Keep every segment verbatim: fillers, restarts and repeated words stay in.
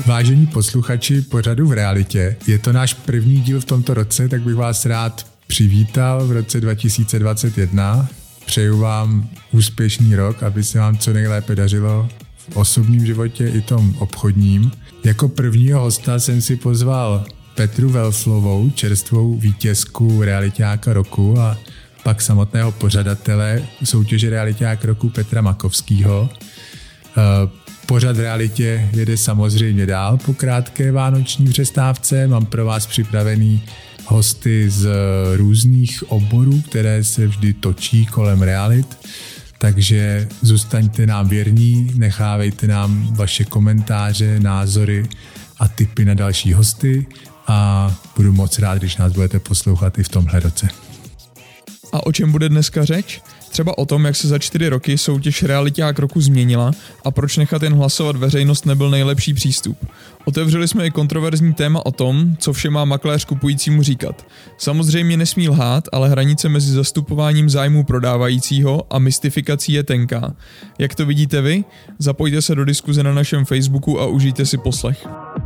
Vážení posluchači pořadu V realitě, je to náš první díl v tomto roce, tak bych vás rád přivítal v roce dva tisíce dvacet jedna. Přeju vám úspěšný rok, aby se vám co nejlépe dařilo v osobním životě i tom obchodním. Jako prvního hosta jsem si pozval Petru Welflovou, čerstvou vítězku realiťáka roku, a pak samotného pořadatele soutěže realiťák roku Petra Makovského. Pořad v realitě jede samozřejmě dál po krátké vánoční přestávce. Mám pro vás připravený hosty z různých oborů, které se vždy točí kolem realit. Takže zůstaňte nám věrní, nechávejte nám vaše komentáře, názory a tipy na další hosty a budu moc rád, když nás budete poslouchat i v tomhle roce. A o čem bude dneska řeč? Třeba o tom, jak se za čtyři roky soutěž realiťák roku změnila a proč nechat jen hlasovat veřejnost nebyl nejlepší přístup. Otevřeli jsme i kontroverzní téma o tom, co vše má makléř kupujícímu říkat. Samozřejmě nesmí lhát, ale hranice mezi zastupováním zájmů prodávajícího a mystifikací je tenká. Jak to vidíte vy? Zapojte se do diskuze na našem Facebooku a užijte si poslech.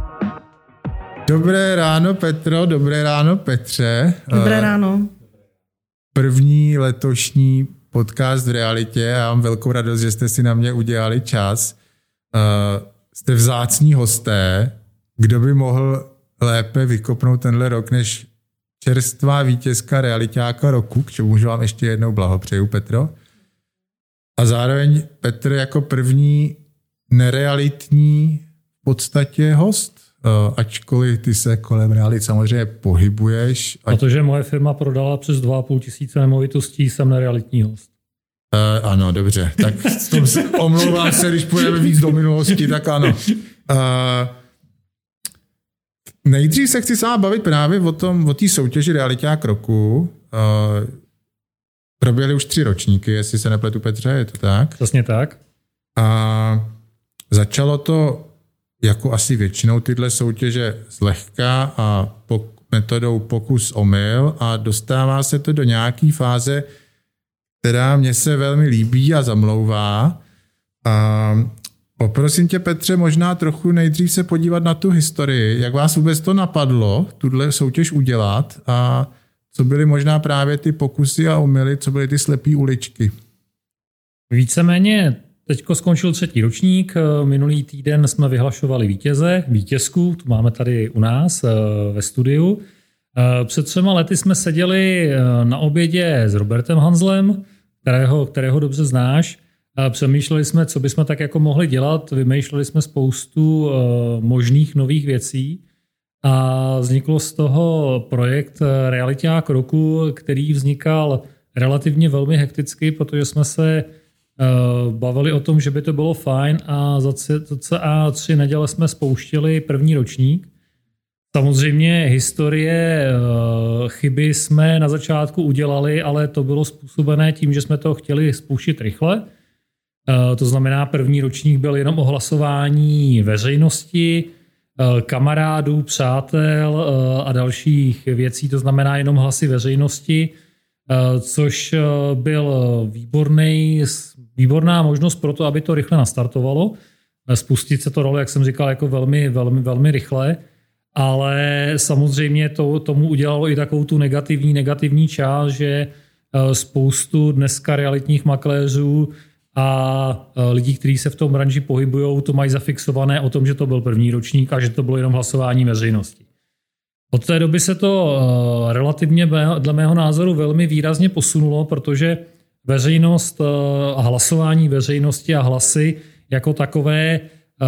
Dobré ráno, Petro, dobré ráno, Petře. Dobré ráno. První letošní podcast v realitě. Já mám velkou radost, že jste si na mě udělali čas. Uh, jste vzácní hosté. Kdo by mohl lépe vykopnout tenhle rok než čerstvá vítězka realiťáka roku, k čemu vám ještě jednou blahopřeju, Petro. A zároveň Petr jako první nerealitní v podstatě host. Uh, ačkoliv ty se kolem realit samozřejmě pohybuješ. Ať... Protože moje firma prodala přes dva a půl tisíce nemovitostí, jsem nerealitní host. Uh, ano, dobře. Tak se, omlouvám se, když půjdeme víc do minulosti, tak ano. Uh, nejdřív se chci s vámi bavit právě o tom, o té soutěži realiťák roku. Uh, proběhly už tři ročníky, jestli se nepletu, Petře, je to tak? Přesně tak. A začalo to jako asi většinou tyhle soutěže zlehka a po, metodou pokus omyl a dostává se to do nějaký fáze, která mně se velmi líbí a zamlouvá. A poprosím tě, Petře, možná trochu nejdřív se podívat na tu historii, jak vás vůbec to napadlo, tuhle soutěž udělat a co byly možná právě ty pokusy a omyly, co byly ty slepý uličky. Víceméně teďko skončil třetí ročník, minulý týden jsme vyhlašovali vítěze, vítězku, tu máme tady u nás ve studiu. Před třema lety jsme seděli na obědě s Robertem Hanzlem, kterého, kterého dobře znáš. Přemýšleli jsme, co bychom tak jako mohli dělat, vymýšleli jsme spoustu možných nových věcí a vzniklo z toho projekt Realiťák roku, který vznikal relativně velmi hekticky, protože jsme se bavili o tom, že by to bylo fajn a za cca tři neděle jsme spouštěli první ročník. Samozřejmě historie chyby jsme na začátku udělali, ale to bylo způsobené tím, že jsme to chtěli spouštět rychle. To znamená, první ročník byl jenom o hlasování veřejnosti, kamarádů, přátel a dalších věcí, to znamená jenom hlasy veřejnosti, což byl výborný, výborná možnost pro to, aby to rychle nastartovalo. Spustit se to dalo, jak jsem říkal, jako velmi, velmi, velmi rychle, ale samozřejmě to, tomu udělalo i takovou tu negativní, negativní část, že spoustu dneska realitních makléřů a lidí, kteří se v tom branži pohybují, to mají zafixované o tom, že to byl první ročník a že to bylo jenom hlasování veřejnosti. Od té doby se to relativně dle mého názoru velmi výrazně posunulo, protože veřejnost a hlasování veřejnosti a hlasy jako takové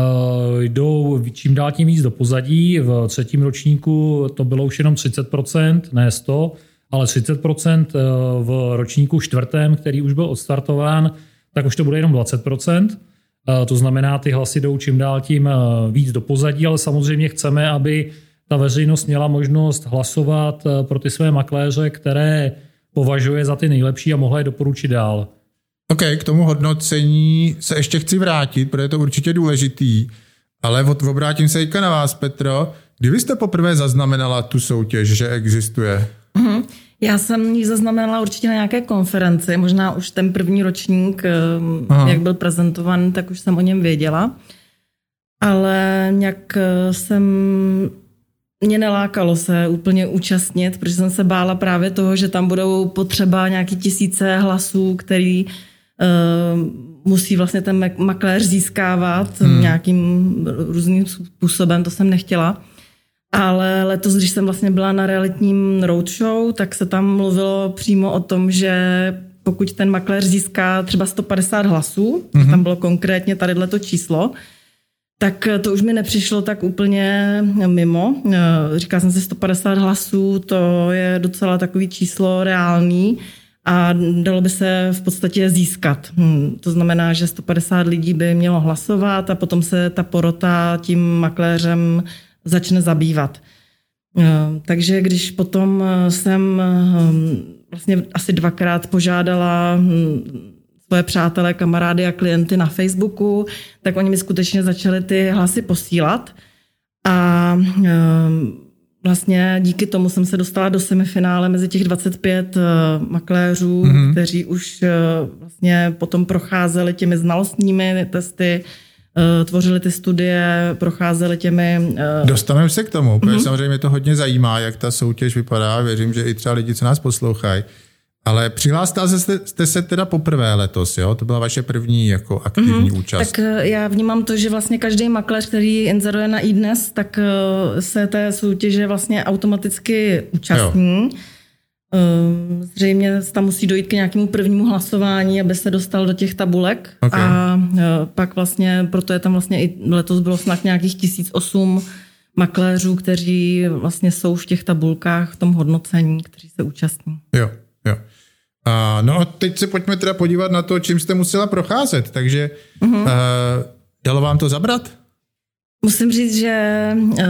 jdou čím dál tím víc do pozadí. V třetím ročníku to bylo už jenom třicet procent, ne sto, ale třicet procent v ročníku čtvrtém, který už byl odstartován, tak už to bude jenom dvacet procent. To znamená, ty hlasy jdou čím dál tím víc do pozadí, ale samozřejmě chceme, aby ta veřejnost měla možnost hlasovat pro ty své makléře, které považuje za ty nejlepší a mohla je doporučit dál. OK, k tomu hodnocení se ještě chci vrátit, protože je to určitě důležitý, ale obrátím se teďka na vás, Petro. Kdy vy jste poprvé zaznamenala tu soutěž, že existuje? Mm-hmm. Já jsem ji zaznamenala určitě na nějaké konferenci, možná už ten první ročník, Aha. jak byl prezentovan, tak už jsem o něm věděla. Ale ale nějak jsem, mě nelákalo se úplně účastnit, protože jsem se bála právě toho, že tam budou potřeba nějaký tisíce hlasů, který uh, musí vlastně ten makléř získávat hmm. nějakým různým způsobem, to jsem nechtěla. Ale letos, když jsem vlastně byla na realitním roadshow, tak se tam mluvilo přímo o tom, že pokud ten makléř získá třeba sto padesát hlasů, mm-hmm. tam bylo konkrétně tadyhleto číslo, tak to už mi nepřišlo tak úplně mimo. Říkala jsem si sto padesát hlasů, to je docela takový číslo reálný a dalo by se v podstatě získat. Hmm, to znamená, že sto padesát lidí by mělo hlasovat a potom se ta porota tím makléřem začne zabývat. Takže když potom jsem vlastně asi dvakrát požádala svoje přátelé, kamarády a klienty na Facebooku, tak oni mi skutečně začali ty hlasy posílat a vlastně díky tomu jsem se dostala do semifinále mezi těch dvacet pět makléřů, mm-hmm. kteří už vlastně potom procházeli těmi znalostními testy, tvořili ty studie, procházeli těmi... Dostaneme se k tomu, protože mm-hmm. samozřejmě mě to hodně zajímá, jak ta soutěž vypadá. Věřím, že i třeba lidi, co nás poslouchají. Ale přihlásila jste, jste se teda poprvé letos, jo? To byla vaše první jako aktivní mm-hmm. účast. Tak já vnímám to, že vlastně každý makléř, který inzeruje na iDnes, tak se té soutěže vlastně automaticky účastní. Jo. Zřejmě tam musí dojít k nějakému prvnímu hlasování, aby se dostal do těch tabulek. Okay. A pak vlastně, proto je tam vlastně i letos bylo snad nějakých tisíc osm makléřů, kteří vlastně jsou v těch tabulkách v tom hodnocení, kteří se účastní. Jo, jo. A no a teď se pojďme teda podívat na to, čím jste musela procházet. Takže uh-huh. uh, dalo vám to zabrat? Musím říct, že... Uh,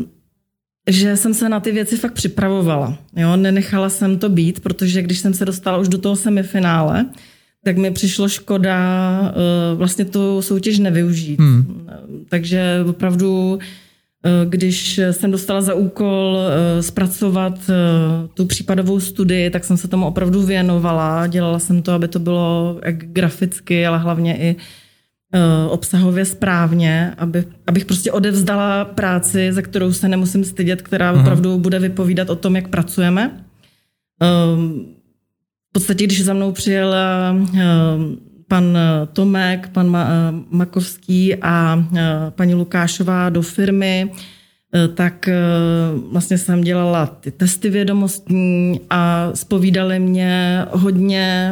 že jsem se na ty věci fakt připravovala. Jo? Nenechala jsem to být, protože když jsem se dostala už do toho semifinále, tak mi přišlo škoda uh, vlastně tu soutěž nevyužít. Hmm. Takže opravdu, uh, když jsem dostala za úkol uh, zpracovat uh, tu případovou studii, tak jsem se tomu opravdu věnovala. Dělala jsem to, aby to bylo jak graficky, ale hlavně i obsahově správně, aby, abych prostě odevzdala práci, za kterou se nemusím stydět, která uh-huh. opravdu bude vypovídat o tom, jak pracujeme. V podstatě, když za mnou přijel pan Tomek, pan Makovský a paní Lukášová do firmy, tak vlastně jsem dělala ty testy vědomostní a zpovídali mě hodně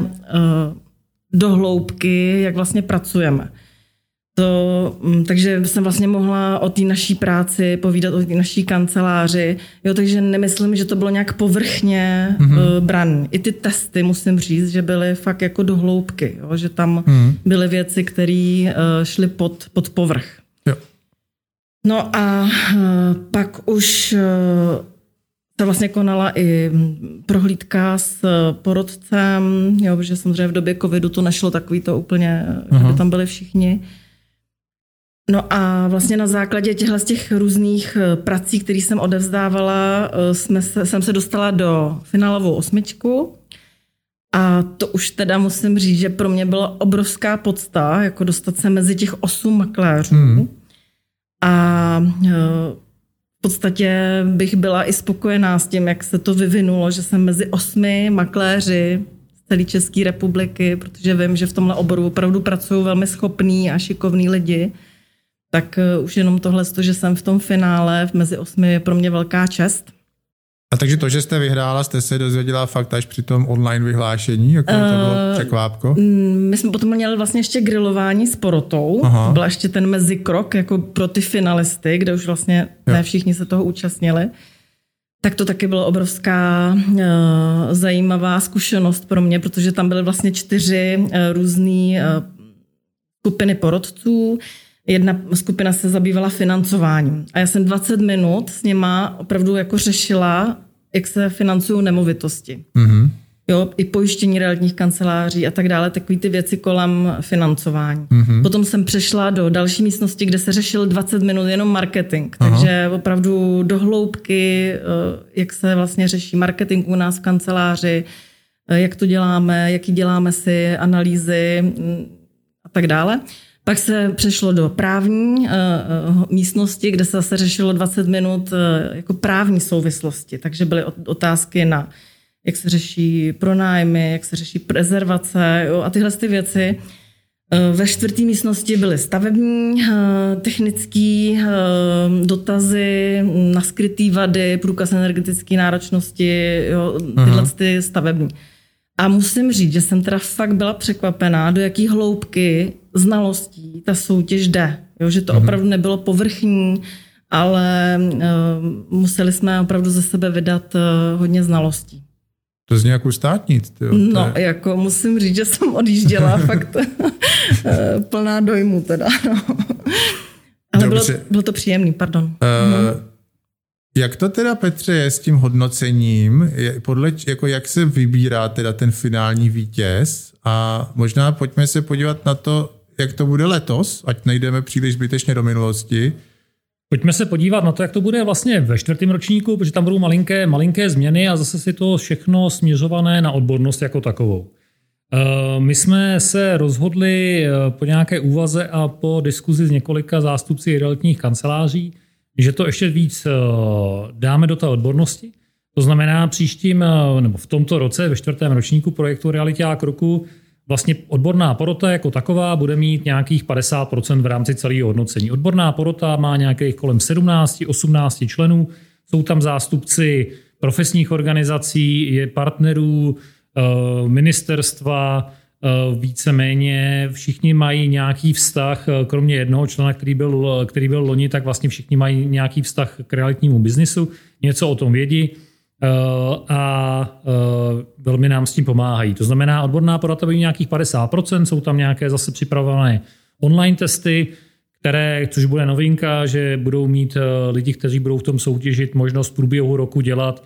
do hloubky, jak vlastně pracujeme. To, takže jsem vlastně mohla o té naší práci povídat, o té naší kanceláři. Jo, takže nemyslím, že to bylo nějak povrchně mm-hmm. braný. I ty testy, musím říct, že byly fakt jako do hloubky. Jo, že tam mm-hmm. byly věci, které šly pod, pod povrch. Jo. No a pak už se vlastně konala i prohlídka s porodcem, jo, protože samozřejmě v době covidu to nešlo takový to úplně, uh-huh. aby tam byli všichni. No a vlastně na základě těchto z těch různých prací, které jsem odevzdávala, jsme se, jsem se dostala do finálovou osmičku a to už teda musím říct, že pro mě byla obrovská podsta, jako dostat se mezi těch osm makléřů. Uh-huh. A v podstatě bych byla i spokojená s tím, jak se to vyvinulo, že jsem mezi osmi makléři z celé České republiky, protože vím, že v tomhle oboru opravdu pracují velmi schopní a šikovní lidi, tak už jenom tohle, že jsem v tom finále mezi osmi je pro mě velká čest. A takže to, že jste vyhrála, jste se dozvěděla fakt až při tom online vyhlášení? Jako to bylo překvápko? Uh, my jsme potom měli vlastně ještě grilování s porotou. Aha. To byl ještě ten mezikrok jako pro ty finalisty, kde už vlastně jo. ne všichni se toho účastnili. Tak to taky byla obrovská uh, zajímavá zkušenost pro mě, protože tam byly vlastně čtyři uh, různé uh, skupiny porodců. Jedna skupina se zabývala financováním. A já jsem dvacet minut s nima opravdu jako řešila, jak se financují nemovitosti. Mm-hmm. Jo, i pojištění realitních kanceláří a tak dále, takový ty věci kolem financování. Mm-hmm. Potom jsem přešla do další místnosti, kde se řešil dvacet minut jenom marketing. Aha. Takže opravdu do hloubky, jak se vlastně řeší marketing u nás v kanceláři, jak to děláme, jaký děláme si analýzy a tak dále. Pak se přešlo do právní uh, místnosti, kde se zase řešilo dvacet minut uh, jako právní souvislosti. Takže byly otázky na, jak se řeší pronájmy, jak se řeší prezervace, jo, a tyhle ty věci. Uh, ve čtvrté místnosti byly stavební, uh, technické uh, dotazy na skrytý vady, průkaz energetické náročnosti, jo, tyhle ty stavební. A musím říct, že jsem teda fakt byla překvapená, do jaký hloubky znalostí ta soutěž jde. Jo, že to mm-hmm. opravdu nebylo povrchní, ale uh, museli jsme opravdu ze sebe vydat uh, hodně znalostí. To zní jako státnic. Tyjo, no, je... jako musím říct, že jsem odjížděla fakt plná dojmu teda. No. Ale bylo, bylo to příjemný, pardon. Uh, mm-hmm. Jak to teda, Petře, je s tím hodnocením? Je, podle, jako jak se vybírá teda ten finální vítěz? A možná pojďme se podívat na to, jak to bude letos, ať nejdeme příliš zbytečně do minulosti. Pojďme se podívat na to, jak to bude vlastně ve čtvrtém ročníku, protože tam budou malinké, malinké změny a zase si to všechno směřované na odbornost jako takovou. My jsme se rozhodli po nějaké úvaze a po diskuzi s několika zástupci realitních kanceláří, že to ještě víc dáme do té odbornosti. To znamená příštím, nebo v tomto roce, ve čtvrtém ročníku projektu Realiťák roku, vlastně odborná porota jako taková bude mít nějakých padesát procent v rámci celého hodnocení. Odborná porota má nějakých kolem sedmnáct osmnáct členů, jsou tam zástupci profesních organizací, je partnerů, ministerstva, víceméně všichni mají nějaký vztah, kromě jednoho člena, který byl, který byl loni, tak vlastně všichni mají nějaký vztah k realitnímu biznisu, něco o tom vědí a velmi nám s tím pomáhají. To znamená, odborná porota bude nějakých padesát procent, jsou tam nějaké zase připravované online testy, které, což bude novinka, že budou mít lidi, kteří budou v tom soutěžit, možnost v průběhu roku dělat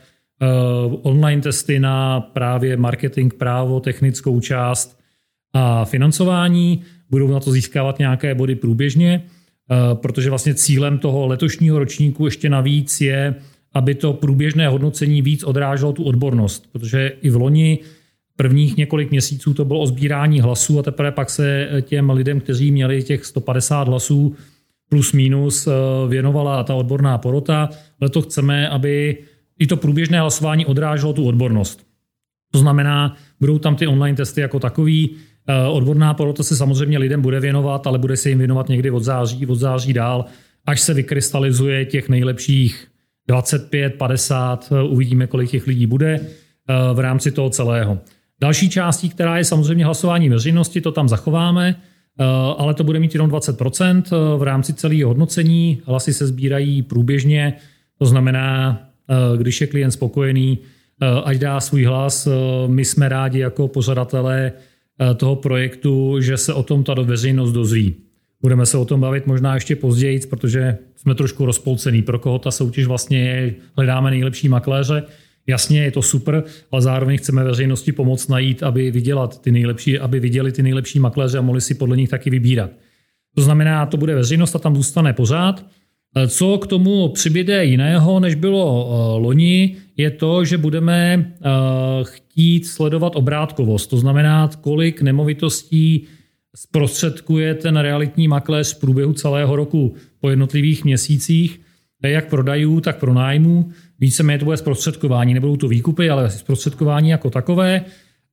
online testy na právě marketing, právo, technickou část a financování. Budou na to získávat nějaké body průběžně, protože vlastně cílem toho letošního ročníku ještě navíc je, aby to průběžné hodnocení víc odráželo tu odbornost, protože i v loni prvních několik měsíců to bylo o sbírání hlasů a teprve pak se těm lidem, kteří měli těch sto padesát hlasů plus minus, věnovala ta odborná porota. Letos chceme, aby i to průběžné hlasování odráželo tu odbornost. To znamená, budou tam ty online testy jako takový. Odborná porota se samozřejmě lidem bude věnovat, ale bude se jim věnovat někdy od září, od září dál, až se vykrystalizuje těch nejlepších dvacet pět, padesát, uvidíme, kolik těch lidí bude v rámci toho celého. Další částí, která je samozřejmě hlasování veřejnosti, to tam zachováme, ale to bude mít jenom dvacet procent v rámci celého hodnocení. Hlasy se sbírají průběžně, to znamená, když je klient spokojený, ať dá svůj hlas. My jsme rádi jako pořadatelé toho projektu, že se o tom ta veřejnost dozví. Budeme se o tom bavit možná ještě později, protože jsme trošku rozpolcený, pro koho ta soutěž vlastně je, hledáme nejlepší makléře. Jasně, je to super, ale zároveň chceme veřejnosti pomoct najít, aby vydělat ty nejlepší, aby viděli ty nejlepší makléře a mohli si podle nich taky vybírat. To znamená, to bude veřejnost a tam zůstane pořád. Co k tomu přibude jiného, než bylo loni, je to, že budeme chtít sledovat obrátkovost. To znamená, kolik nemovitostí zprostředkuje ten realitní makléř v průběhu celého roku po jednotlivých měsících, jak prodajů, tak pronájmů. Víceméně to bude zprostředkování, nebudou to výkupy, ale zprostředkování jako takové.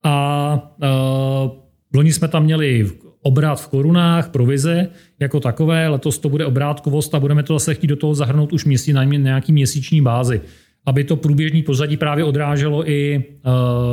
A v loni jsme tam měli obrat v korunách, provize jako takové, letos to bude obrátkovost a budeme to zase chtít do toho zahrnout už měsíc na nějaký měsíční bázi, aby to průběžný pořadí právě odráželo i uh,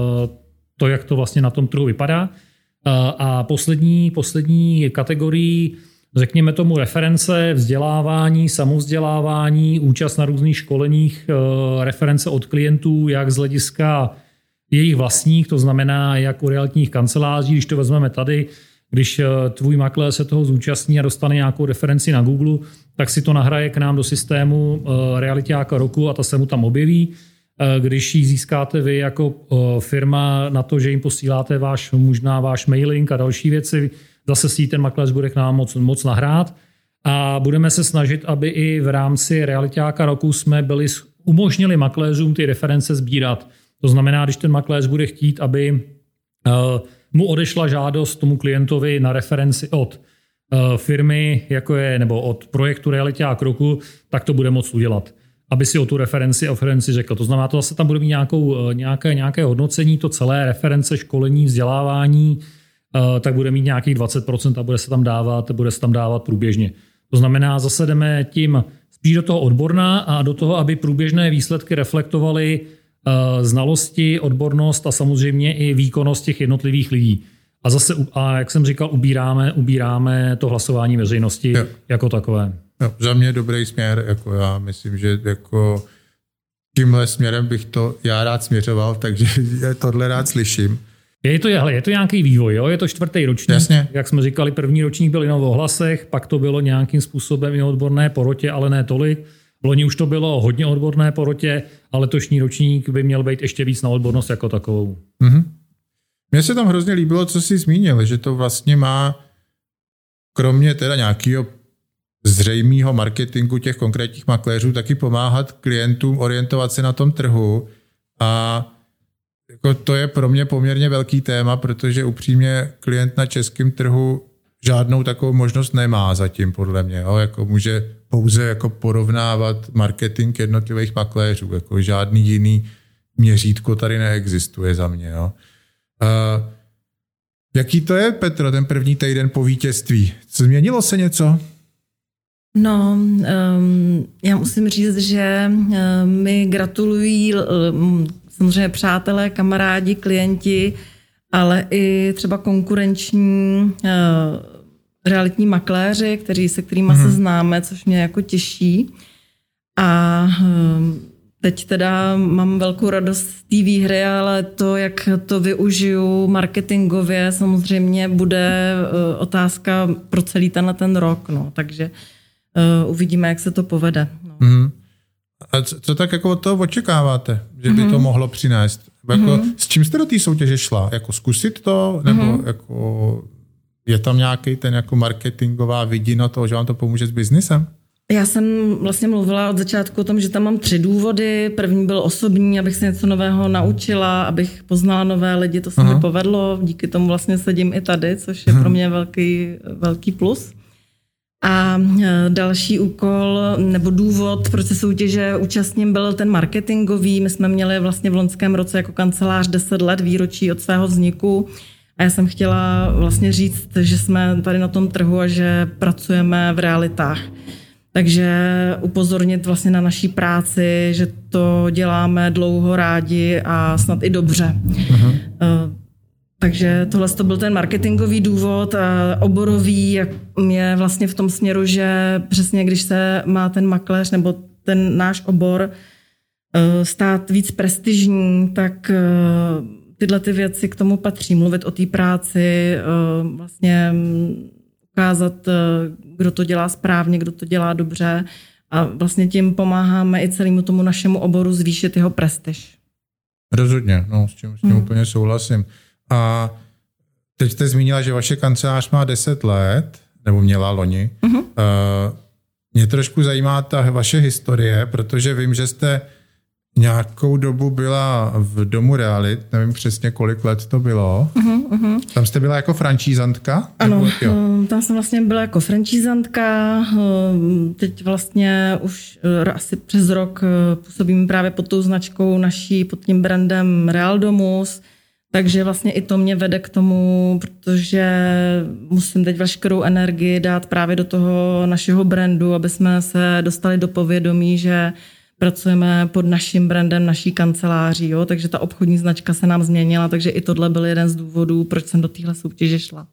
to, jak to vlastně na tom trhu vypadá. Uh, a poslední, poslední kategorii, řekněme tomu reference, vzdělávání, samovzdělávání, účast na různých školeních, uh, reference od klientů, jak z hlediska jejich vlastních, to znamená jak u realitních kanceláří, když to vezmeme tady, když tvůj makléř se toho zúčastní a dostane nějakou referenci na Google, tak si to nahraje k nám do systému Realiťáka roku a ta se mu tam objeví. Když ji získáte vy jako firma na to, že jim posíláte váš, možná váš mailing a další věci, zase si ten makléř bude k nám moc, moc nahrát. A budeme se snažit, aby i v rámci Realiťáka roku jsme byli umožnili makléřům ty reference sbírat. To znamená, když ten makléř bude chtít, aby mu odešla žádost tomu klientovi na referenci od firmy, jako je, nebo od projektu Reality a Kroku, tak to bude moct udělat. Aby si o tu referenci, referenci řekl. To znamená, to zase tam bude mít nějakou, nějaké, nějaké hodnocení, to celé reference, školení, vzdělávání, tak bude mít nějakých dvacet procent a bude se tam dávat, bude se tam dávat průběžně. To znamená, zase jdeme tím spíš do toho odborná a do toho, aby průběžné výsledky reflektovaly znalosti, odbornost a samozřejmě i výkonnost těch jednotlivých lidí. A zase, a jak jsem říkal, ubíráme, ubíráme to hlasování veřejnosti jo. jako takové. Jo, za mě dobrý směr, jako já myslím, že jako tímhle směrem bych to já rád směřoval, takže tohle rád slyším. Je to, je to nějaký vývoj, jo? Je to čtvrtý ročník. Jasně. Jak jsme říkali, první ročník byl jenom o hlasech, pak to bylo nějakým způsobem i odborné porotě, ale ne tolik. Loni už to bylo hodně odborné porotě, ale letošní ročník by měl být ještě víc na odbornost jako takovou. Mm-hmm. Mně se tam hrozně líbilo, co jsi zmínil, že to vlastně má kromě teda nějakého zřejmého marketingu těch konkrétních makléřů taky pomáhat klientům orientovat se na tom trhu a jako to je pro mě poměrně velký téma, protože upřímně klient na českém trhu žádnou takovou možnost nemá zatím, podle mě. Jo? Jako může pouze jako porovnávat marketing jednotlivých makléřů. Jako žádný jiný měřítko tady neexistuje za mě. Jo? Uh, jaký to je, Petro, ten první týden po vítězství? Co změnilo se něco? No, um, já musím říct, že um, mi gratulují um, samozřejmě přátelé, kamarádi, klienti, ale i třeba konkurenční uh, realitní makléři, kteří, se kterými mm-hmm. se známe, což mě jako těší. A um, teď teda mám velkou radost z té výhry, ale to, jak to využiju marketingově, samozřejmě bude uh, otázka pro celý tenhle ten rok. No. Takže uh, uvidíme, jak se to povede. No. Mm-hmm. A co, co tak jako od toho očekáváte, že by mm-hmm. to mohlo přinést? Jako, mm-hmm. S čím jste do té soutěže šla? Jako zkusit to? Nebo mm-hmm. jako, je tam nějaký ten jako marketingová vidina toho, že vám to pomůže s biznisem? Já jsem vlastně mluvila od začátku o tom, že tam mám tři důvody. První byl osobní, abych se něco nového naučila, abych poznala nové lidi, to se Aha. mi povedlo. Díky tomu vlastně sedím i tady, což je Aha. pro mě velký, velký plus. A další úkol nebo důvod, proč se soutěže účastním, byl ten marketingový. My jsme měli vlastně v loňském roce jako kancelář deset let výročí od svého vzniku a já jsem chtěla vlastně říct, že jsme tady na tom trhu a že pracujeme v realitách. Takže upozornit vlastně na naší práci, že to děláme dlouho rádi a snad i dobře. Uh-huh. Takže tohle to byl ten marketingový důvod a oborový je vlastně v tom směru, že přesně když se má ten makléř nebo ten náš obor stát víc prestižní, tak tyhle ty věci k tomu patří. Mluvit o té práci, vlastně ukázat, kdo to dělá správně, kdo to dělá dobře a vlastně tím pomáháme i celému tomu našemu oboru zvýšit jeho prestiž. Rozhodně, no, s tím, s tím hmm. úplně souhlasím. A teď jste zmínila, že vaše kancelář má deset let, nebo měla loni. Uh-huh. Uh, mě trošku zajímá ta vaše historie, protože vím, že jste nějakou dobu byla v Domu Realit, nevím přesně, kolik let to bylo. Uh-huh, uh-huh. Tam jste byla jako franšízantka? Ano, nebo, tam jsem vlastně byla jako franšízantka. Teď vlastně už asi přes rok působím právě pod tou značkou naší, pod tím brandem Real Domus. Takže vlastně i to mě vede k tomu, protože musím teď veškerou energii dát právě do toho našeho brandu, aby jsme se dostali do povědomí, že pracujeme pod naším brandem, naší kanceláří. Jo? Takže ta obchodní značka se nám změnila, takže i tohle byl jeden z důvodů, proč jsem do téhle soutěže šla.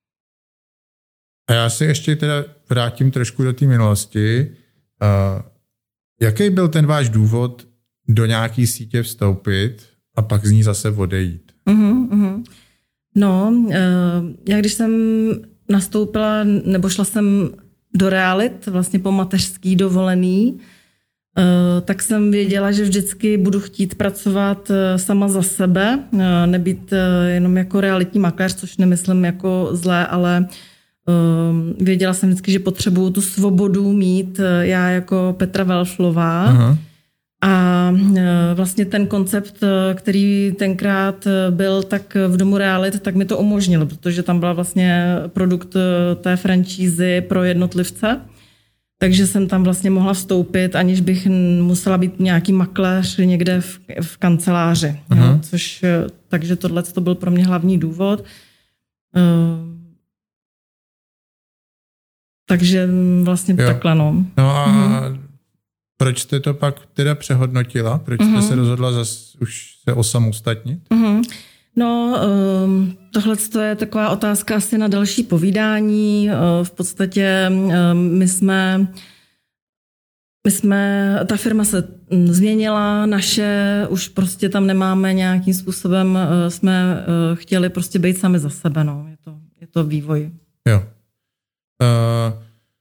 A já se ještě teda vrátím trošku do té minulosti. Uh, jaký byl ten váš důvod do nějaký sítě vstoupit a pak z ní zase odejít? Uhum, uhum. No, uh, já když jsem nastoupila, nebo šla jsem do Realit, vlastně po mateřský dovolený, uh, tak jsem věděla, že vždycky budu chtít pracovat uh, sama za sebe, uh, nebýt uh, jenom jako realitní makléř, což nemyslím jako zlé, ale uh, věděla jsem vždycky, že potřebuju tu svobodu mít uh, já jako Petra Velflová. Aha. A A vlastně ten koncept, který tenkrát byl tak v Domu realit, tak mi to umožnil, protože tam byla vlastně produkt té franšízy pro jednotlivce. Takže jsem tam vlastně mohla vstoupit, aniž bych musela být nějaký makléř někde v, v kanceláři. Jo? Což, takže tohle to byl pro mě hlavní důvod. Uh, takže vlastně jo. takhle, no. No a uh-huh. proč jste to pak teda přehodnotila? Proč jste uh-huh. se rozhodla zas už se osamostatnit? Uh-huh. No, um, tohle je taková otázka asi na další povídání. Uh, v podstatě um, my jsme, my jsme, ta firma se změnila, naše, už prostě tam nemáme nějakým způsobem, uh, jsme uh, chtěli prostě být sami za sebe, no. Je to, je to vývoj. Jo. Uh,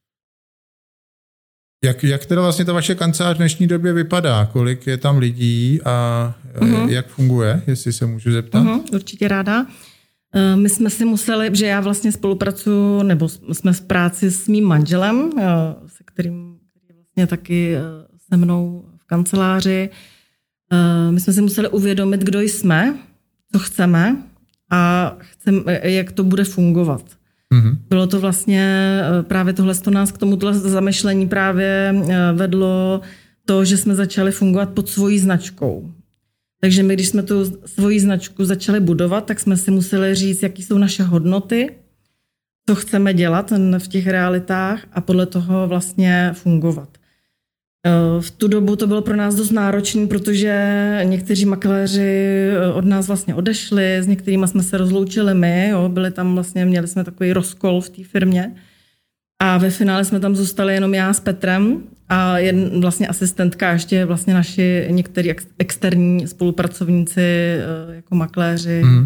jak, jak teda vlastně ta vaše kancelář v dnešní době vypadá? Kolik je tam lidí a uh-huh. jak funguje, jestli se můžu zeptat? Uh-huh, určitě ráda. Uh, my jsme si museli, že já vlastně spolupracuji, nebo jsme v práci s mým manželem, uh, se kterým který vlastně taky uh, se mnou v kanceláři. Uh, my jsme si museli uvědomit, kdo jsme, co chceme a chcem, jak to bude fungovat. Mm-hmm. Bylo to vlastně právě tohle, to nás k tomuto zamyšlení právě vedlo to, že jsme začali fungovat pod svojí značkou. Takže my, když jsme tu svoji značku začali budovat, tak jsme si museli říct, jaký jsou naše hodnoty, co chceme dělat v těch realitách a podle toho vlastně fungovat. V tu dobu to bylo pro nás dost náročné, protože někteří makléři od nás vlastně odešli, s některými jsme se rozloučili my, jo, byli tam vlastně, měli jsme takový rozkol v té firmě a ve finále jsme tam zůstali jenom já s Petrem a jen vlastně asistentka a ještě vlastně naši některý ex, externí spolupracovníci jako makléři. Mm.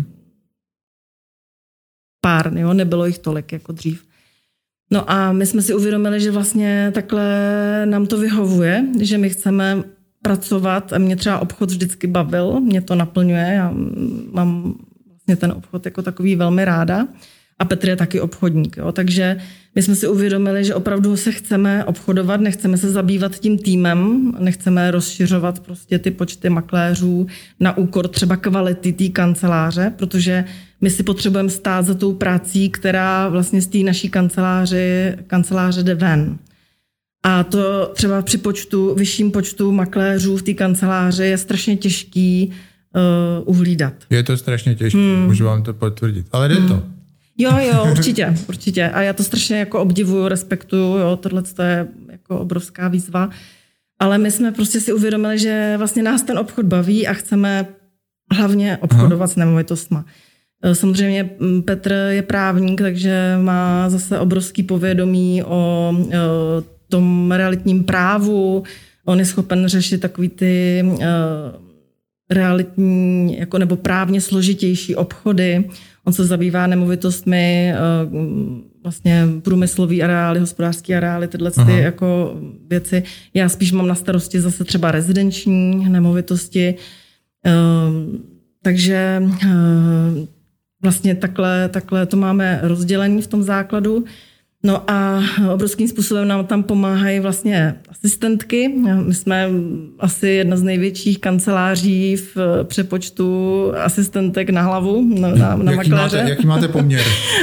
Pár, jo, nebylo jich tolik jako dřív. No a my jsme si uvědomili, že vlastně takhle nám to vyhovuje, že my chceme pracovat a mě třeba obchod vždycky bavil, mě to naplňuje, já mám vlastně ten obchod jako takový velmi ráda a Petr je taky obchodník, jo, takže my jsme si uvědomili, že opravdu se chceme obchodovat, nechceme se zabývat tím týmem, nechceme rozšiřovat prostě ty počty makléřů na úkor třeba kvality té kanceláře, protože my si potřebujeme stát za tou prací, která vlastně z té naší kanceláři, kanceláře jde ven. A to třeba při počtu, vyšším počtu makléřů v té kanceláři je strašně těžký uh, uhlídat. Je to strašně těžké, hmm. můžu vám to potvrdit, ale jde hmm. to. Jo, jo, určitě, určitě. A já to strašně jako obdivuju, respektuju, jo, tohle je jako obrovská výzva. Ale my jsme prostě si uvědomili, že vlastně nás ten obchod baví a chceme hlavně obchodovat Aha. s nemovitostma. Samozřejmě Petr je právník, takže má zase obrovský povědomí o, o tom realitním právu. On je schopen řešit takový ty uh, realitní jako, nebo právně složitější obchody. On se zabývá nemovitostmi, uh, vlastně průmyslový areály, hospodářský areály, tyhle ty jako věci. Já spíš mám na starosti zase třeba rezidenční nemovitosti. Uh, takže uh, vlastně takhle, takhle to máme rozdělení v tom základu. No a obrovským způsobem nám tam pomáhají vlastně asistentky. My jsme asi jedna z největších kanceláří v přepočtu asistentek na hlavu, na, na, na jaký makléře. Máte, jaký máte poměr?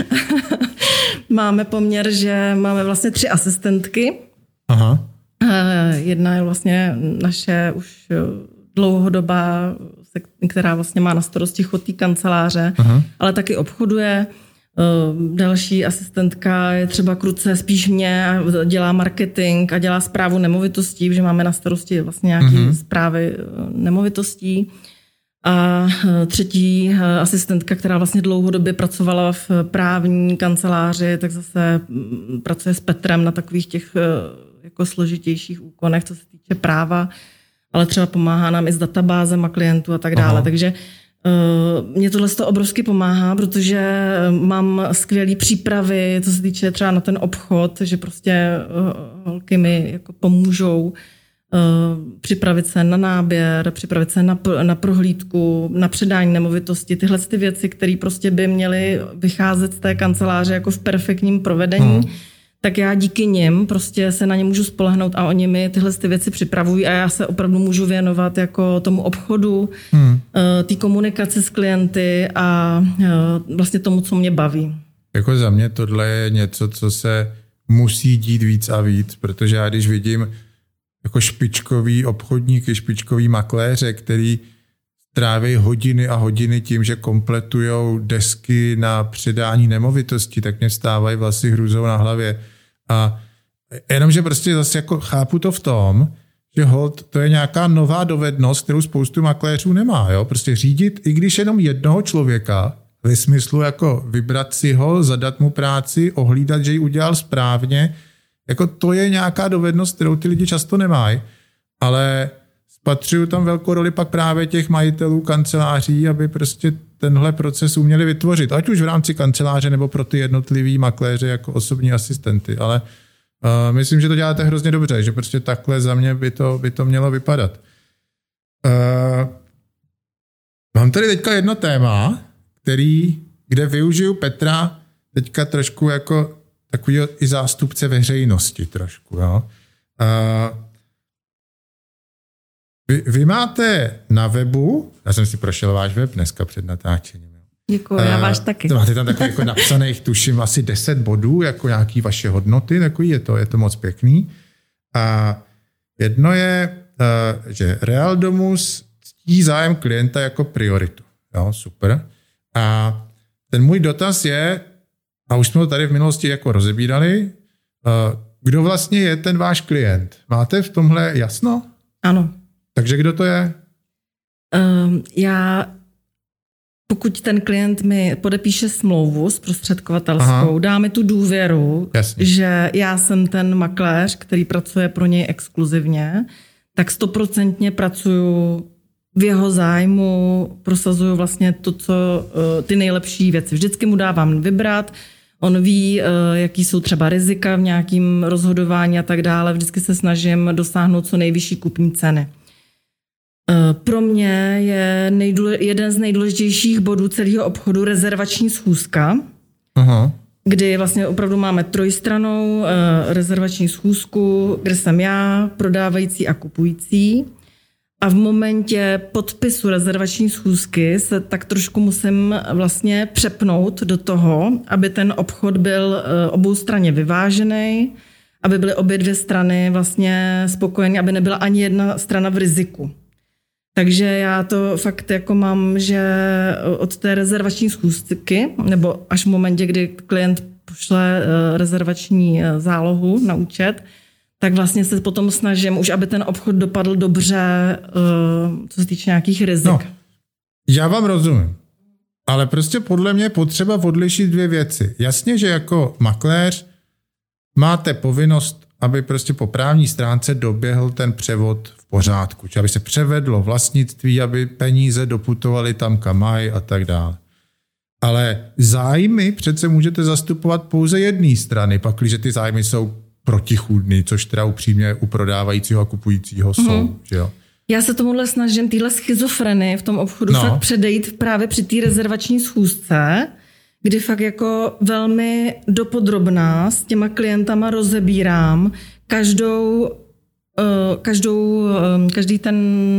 Máme poměr, že máme vlastně tři asistentky. Aha. Jedna je vlastně naše už dlouhodobá, která vlastně má na starosti chod té kanceláře, Aha. ale taky obchoduje. Další asistentka je třeba kruce spíš mě a dělá marketing a dělá správu nemovitostí, že máme na starosti vlastně nějaké uh-huh. správy nemovitostí. A třetí asistentka, která vlastně dlouhodobě pracovala v právní kanceláři, tak zase pracuje s Petrem na takových těch jako složitějších úkonech, co se týče práva, ale třeba pomáhá nám i s databázema klientů a tak dále. Aha. Takže uh, mě tohle to obrovsky pomáhá, protože mám skvělé přípravy, co se týče třeba na ten obchod, že prostě uh, holky mi jako pomůžou uh, připravit se na náběr, připravit se na, na prohlídku, na předání nemovitosti, tyhle ty věci, které prostě by měly vycházet z té kanceláře jako v perfektním provedení. Hmm. tak já díky nim prostě se na ně můžu spolehnout a oni mi tyhle ty věci připravují a já se opravdu můžu věnovat jako tomu obchodu, hmm. té komunikaci s klienty a vlastně tomu, co mě baví. Jako za mě tohle je něco, co se musí dít víc a víc, protože já když vidím jako špičkový obchodníky, špičkový makléře, který tráví hodiny a hodiny tím, že kompletujou desky na předání nemovitosti, tak mě vstávají vlasy hrůzou na hlavě. A jenomže prostě zase jako chápu to v tom, že hold, to je nějaká nová dovednost, kterou spoustu makléřů nemá. Jo? Prostě řídit, i když jenom jednoho člověka, ve smyslu jako vybrat si ho, zadat mu práci, ohlídat, že ji udělal správně, jako to je nějaká dovednost, kterou ty lidi často nemají, ale spatřuju tam velkou roli pak právě těch majitelů kanceláří, aby prostě tenhle proces uměli vytvořit, ať už v rámci kanceláře nebo pro ty jednotlivý makléře jako osobní asistenty, ale uh, myslím, že to děláte hrozně dobře, že prostě takhle za mě by to, by to mělo vypadat. Uh, mám tady teďka jedno téma, který, kde využiju Petra teďka trošku jako takový i zástupce veřejnosti trošku. Jo. Uh, vy, vy máte na webu, já jsem si prošel váš web dneska před natáčením. Děkuji, já váš taky. Máte tam takový jako napsaných, tuším, asi deset bodů, jako nějaký vaše hodnoty, takový je to, je to moc pěkný. A jedno je, že Real Domus ctí zájem klienta jako prioritu. Jo, super. A ten můj dotaz je, a už jsme to tady v minulosti jako rozebírali, kdo vlastně je ten váš klient? Máte v tomhle jasno? Ano. Takže kdo to je? Um, já, pokud ten klient mi podepíše smlouvu zprostředkovatelskou, Aha. dá mi tu důvěru, Jasně. že já jsem ten makléř, který pracuje pro něj exkluzivně, tak stoprocentně pracuju v jeho zájmu, prosazuju vlastně to, co ty nejlepší věci. Vždycky mu dávám vybrat, on ví, jaký jsou třeba rizika v nějakém rozhodování a tak dále. Vždycky se snažím dosáhnout co nejvyšší kupní ceny. Pro mě je nejdůle, jeden z nejdůležitějších bodů celého obchodu rezervační schůzka, Aha. kdy vlastně opravdu máme trojstranou rezervační schůzku, kde jsem já, prodávající a kupující. A v momentě podpisu rezervační schůzky se tak trošku musím vlastně přepnout do toho, aby ten obchod byl oboustranně vyvážený, aby byly obě dvě strany vlastně spokojené, aby nebyla ani jedna strana v riziku. Takže já to fakt jako mám, že od té rezervační schůzky, nebo až v momentě, kdy klient pošle rezervační zálohu na účet, tak vlastně se potom snažím už, aby ten obchod dopadl dobře, co se týče nějakých rizik. No, já vám rozumím, ale prostě podle mě je potřeba odlišit dvě věci. Jasně, že jako makléř máte povinnost, aby prostě po právní stránce doběhl ten převod v pořádku, či aby se převedlo vlastnictví, aby peníze doputovaly tam, kam mají a tak dále. Ale zájmy přece můžete zastupovat pouze jedné strany, pakliže ty zájmy jsou protichůdný, což teda upřímně u prodávajícího a kupujícího jsou. Mm. Že jo? Já se tomuhle snažím, tyhle schizofreny v tom obchodu no. fakt předejít právě při té rezervační schůzce, kdy fakt jako velmi dopodrobná s těma klientama rozebírám každou, každou, každý ten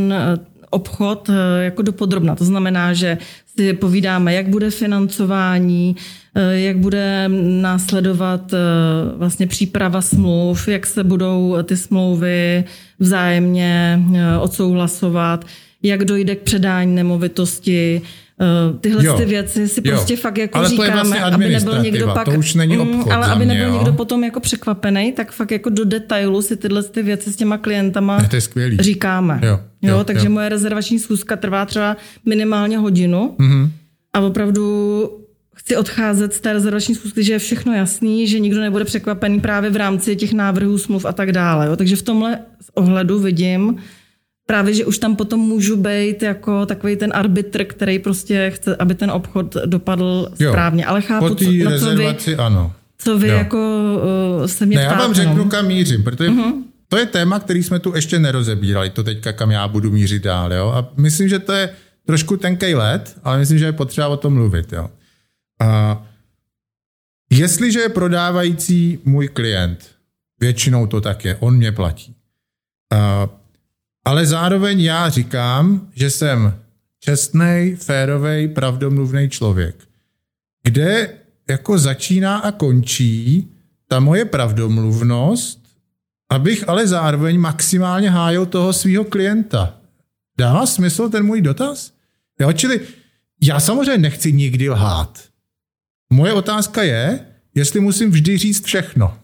obchod jako dopodrobna. To znamená, že si povídáme, jak bude financování, jak bude následovat vlastně příprava smluv, jak se budou ty smlouvy vzájemně odsouhlasovat, jak dojde k předání nemovitosti. Tyhle jo, ty věci si prostě jo, fakt jako říkáme, vlastně aby nebyl někdo pak, to už není obchod ale aby nebyl mě, někdo potom jako překvapený, tak fakt jako do detailu si tyhle ty věci s těma klientama ne, to je skvělý. říkáme. Jo, jo, jo, takže jo. Moje rezervační schůzka trvá třeba minimálně hodinu mm-hmm. a opravdu chci odcházet z té rezervační schůzky, že je všechno jasný, že nikdo nebude překvapený právě v rámci těch návrhů smluv a tak dále. Jo. Takže v tomhle ohledu vidím právě, že už tam potom můžu být jako takový ten arbitr, který prostě chce, aby ten obchod dopadl jo, správně. Ale chápu, po té rezervaci, vy, ano. co vy jo. jako uh, se mě ne, ptáte. Já vám řeknu, kam mířím, protože uh-huh. to je téma, který jsme tu ještě nerozebírali, to teďka, kam já budu mířit dál. Jo? A myslím, že to je trošku tenkej let, ale myslím, že je potřeba o tom mluvit. Jo? A Jestliže je prodávající můj klient, většinou to tak je, on mě platí. Uh, ale zároveň já říkám, že jsem čestnej, férovej, pravdomluvný člověk. Kde jako začíná a končí ta moje pravdomluvnost, abych ale zároveň maximálně hájil toho svého klienta. Dává smysl ten můj dotaz? Jo, čili já samozřejmě nechci nikdy lhát. Moje otázka je, jestli musím vždy říct všechno.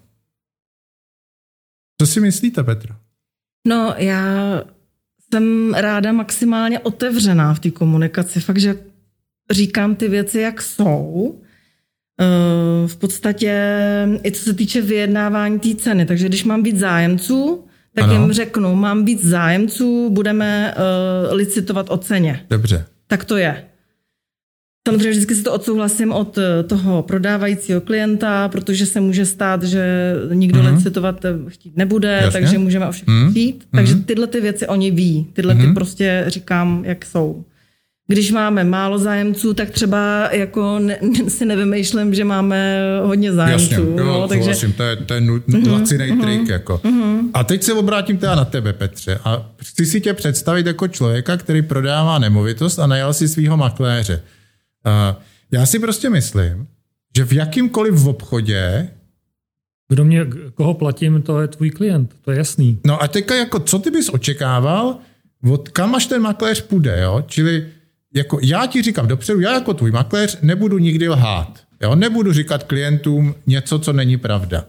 Co si myslíte, Petro? No, já jsem ráda maximálně otevřená v té komunikaci. Fakt, že říkám ty věci, jak jsou. V podstatě i co se týče vyjednávání té ceny. Takže když mám víc zájemců, tak ano. jim řeknu, mám víc zájemců, budeme uh, licitovat o ceně. Dobře. Tak to je. Samozřejmě vždycky si to odsouhlasím od toho prodávajícího klienta, protože se může stát, že nikdo mm-hmm. licitovat chtít nebude, Jasně. takže můžeme o všechno mm-hmm. chtít. Takže tyhle ty věci oni ví. Tyhle mm-hmm. ty prostě říkám, jak jsou. Když máme málo zájemců, tak třeba jako ne, si nevymýšlím, že máme hodně zájemců. Jasně, jo, no, takže... vlastně, to je, to je mm-hmm, lacinej mm-hmm, trik. Jako. Mm-hmm. A teď se obrátím teda na tebe, Petře. A chci si tě představit jako člověka, který prodává nemovitost a najal si svýho makléře. Uh, já si prostě myslím, že v jakýmkoliv v obchodě... Kdo mě, koho platím, to je tvůj klient, to je jasný. No a teďka jako, co ty bys očekával, od kam až ten makléř půjde, jo? Čili jako já ti říkám dopředu, já jako tvůj makléř nebudu nikdy lhát. Jo? Nebudu říkat klientům něco, co není pravda.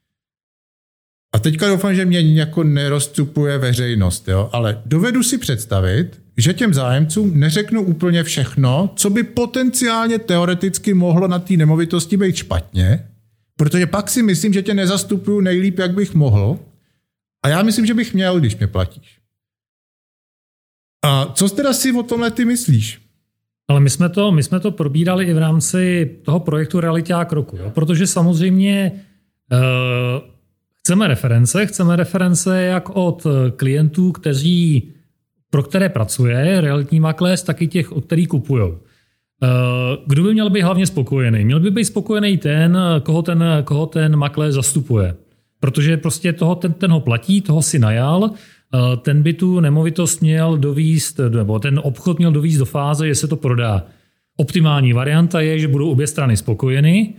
A teďka doufám, že mě jako nerozcupuje veřejnost, jo? Ale dovedu si představit, že těm zájemcům neřeknu úplně všechno, co by potenciálně teoreticky mohlo na té nemovitosti být špatně, protože pak si myslím, že tě nezastupuju nejlíp, jak bych mohl. A já myslím, že bych měl, když mě platíš. A co teda si o tomhle ty myslíš? Ale my jsme to, my jsme to probírali i v rámci toho projektu Realiťák roku, jo? Protože samozřejmě uh, chceme reference, chceme reference jak od klientů, kteří, pro které pracuje realitní makléř, tak i těch, od kterých kupujou. Kdo by měl být hlavně spokojený? Měl by být spokojený ten, koho ten, koho ten makléř zastupuje. Protože prostě toho, ten, ten ho platí, toho si najal, ten by tu nemovitost měl dovízt, nebo ten obchod měl dovízt do fáze, že se to prodá. Optimální varianta je, že budou obě strany spokojeny,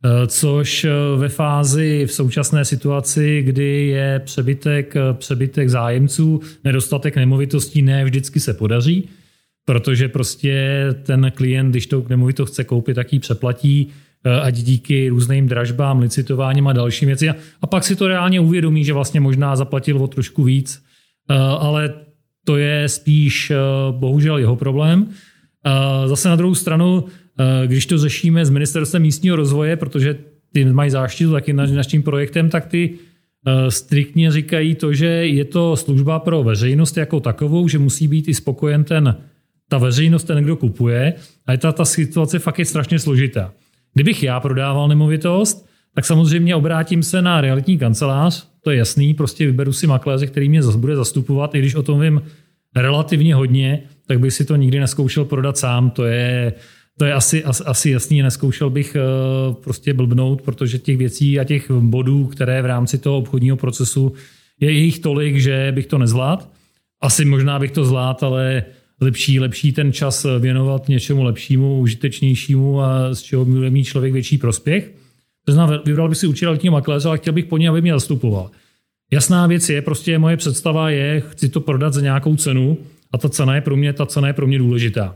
což ve fázi v současné situaci, kdy je přebytek, přebytek zájemců, nedostatek nemovitostí, ne vždycky se podaří, protože prostě ten klient, když to nemovitost chce koupit, tak ji přeplatí, ať díky různým dražbám, licitováním a dalším věci. A pak si to reálně uvědomí, že vlastně možná zaplatil o trošku víc, ale to je spíš bohužel jeho problém. Zase na druhou stranu, když to řešíme s Ministerstvem místního rozvoje, protože ty mají záštitu taky naším projektem, tak ty striktně říkají to, že je to služba pro veřejnost jako takovou, že musí být i spokojen ten, ta veřejnost, ten, kdo kupuje. A ta, ta situace fakt je strašně složitá. Kdybych já prodával nemovitost, tak samozřejmě obrátím se na realitní kancelář, to je jasný, prostě vyberu si makléře, který mě bude zastupovat, i když o tom vím relativně hodně, tak bych si to nikdy neskoušel prodat sám, to je, to je asi, asi, asi jasný, neskoušel bych uh, prostě blbnout, protože těch věcí a těch bodů, které v rámci toho obchodního procesu je jich tolik, že bych to nezvládl. Asi možná bych to zvládl, ale lepší, lepší ten čas věnovat něčemu lepšímu, užitečnějšímu a z čeho bude mít člověk větší prospěch. To znamená, vybral bych si určitě realitního makléře, ale chtěl bych po něj, aby mě zastupoval. Jasná věc je, prostě moje představa je, chci to prodat za nějakou cenu a ta cena je pro mě, ta cena je pro mě důležitá.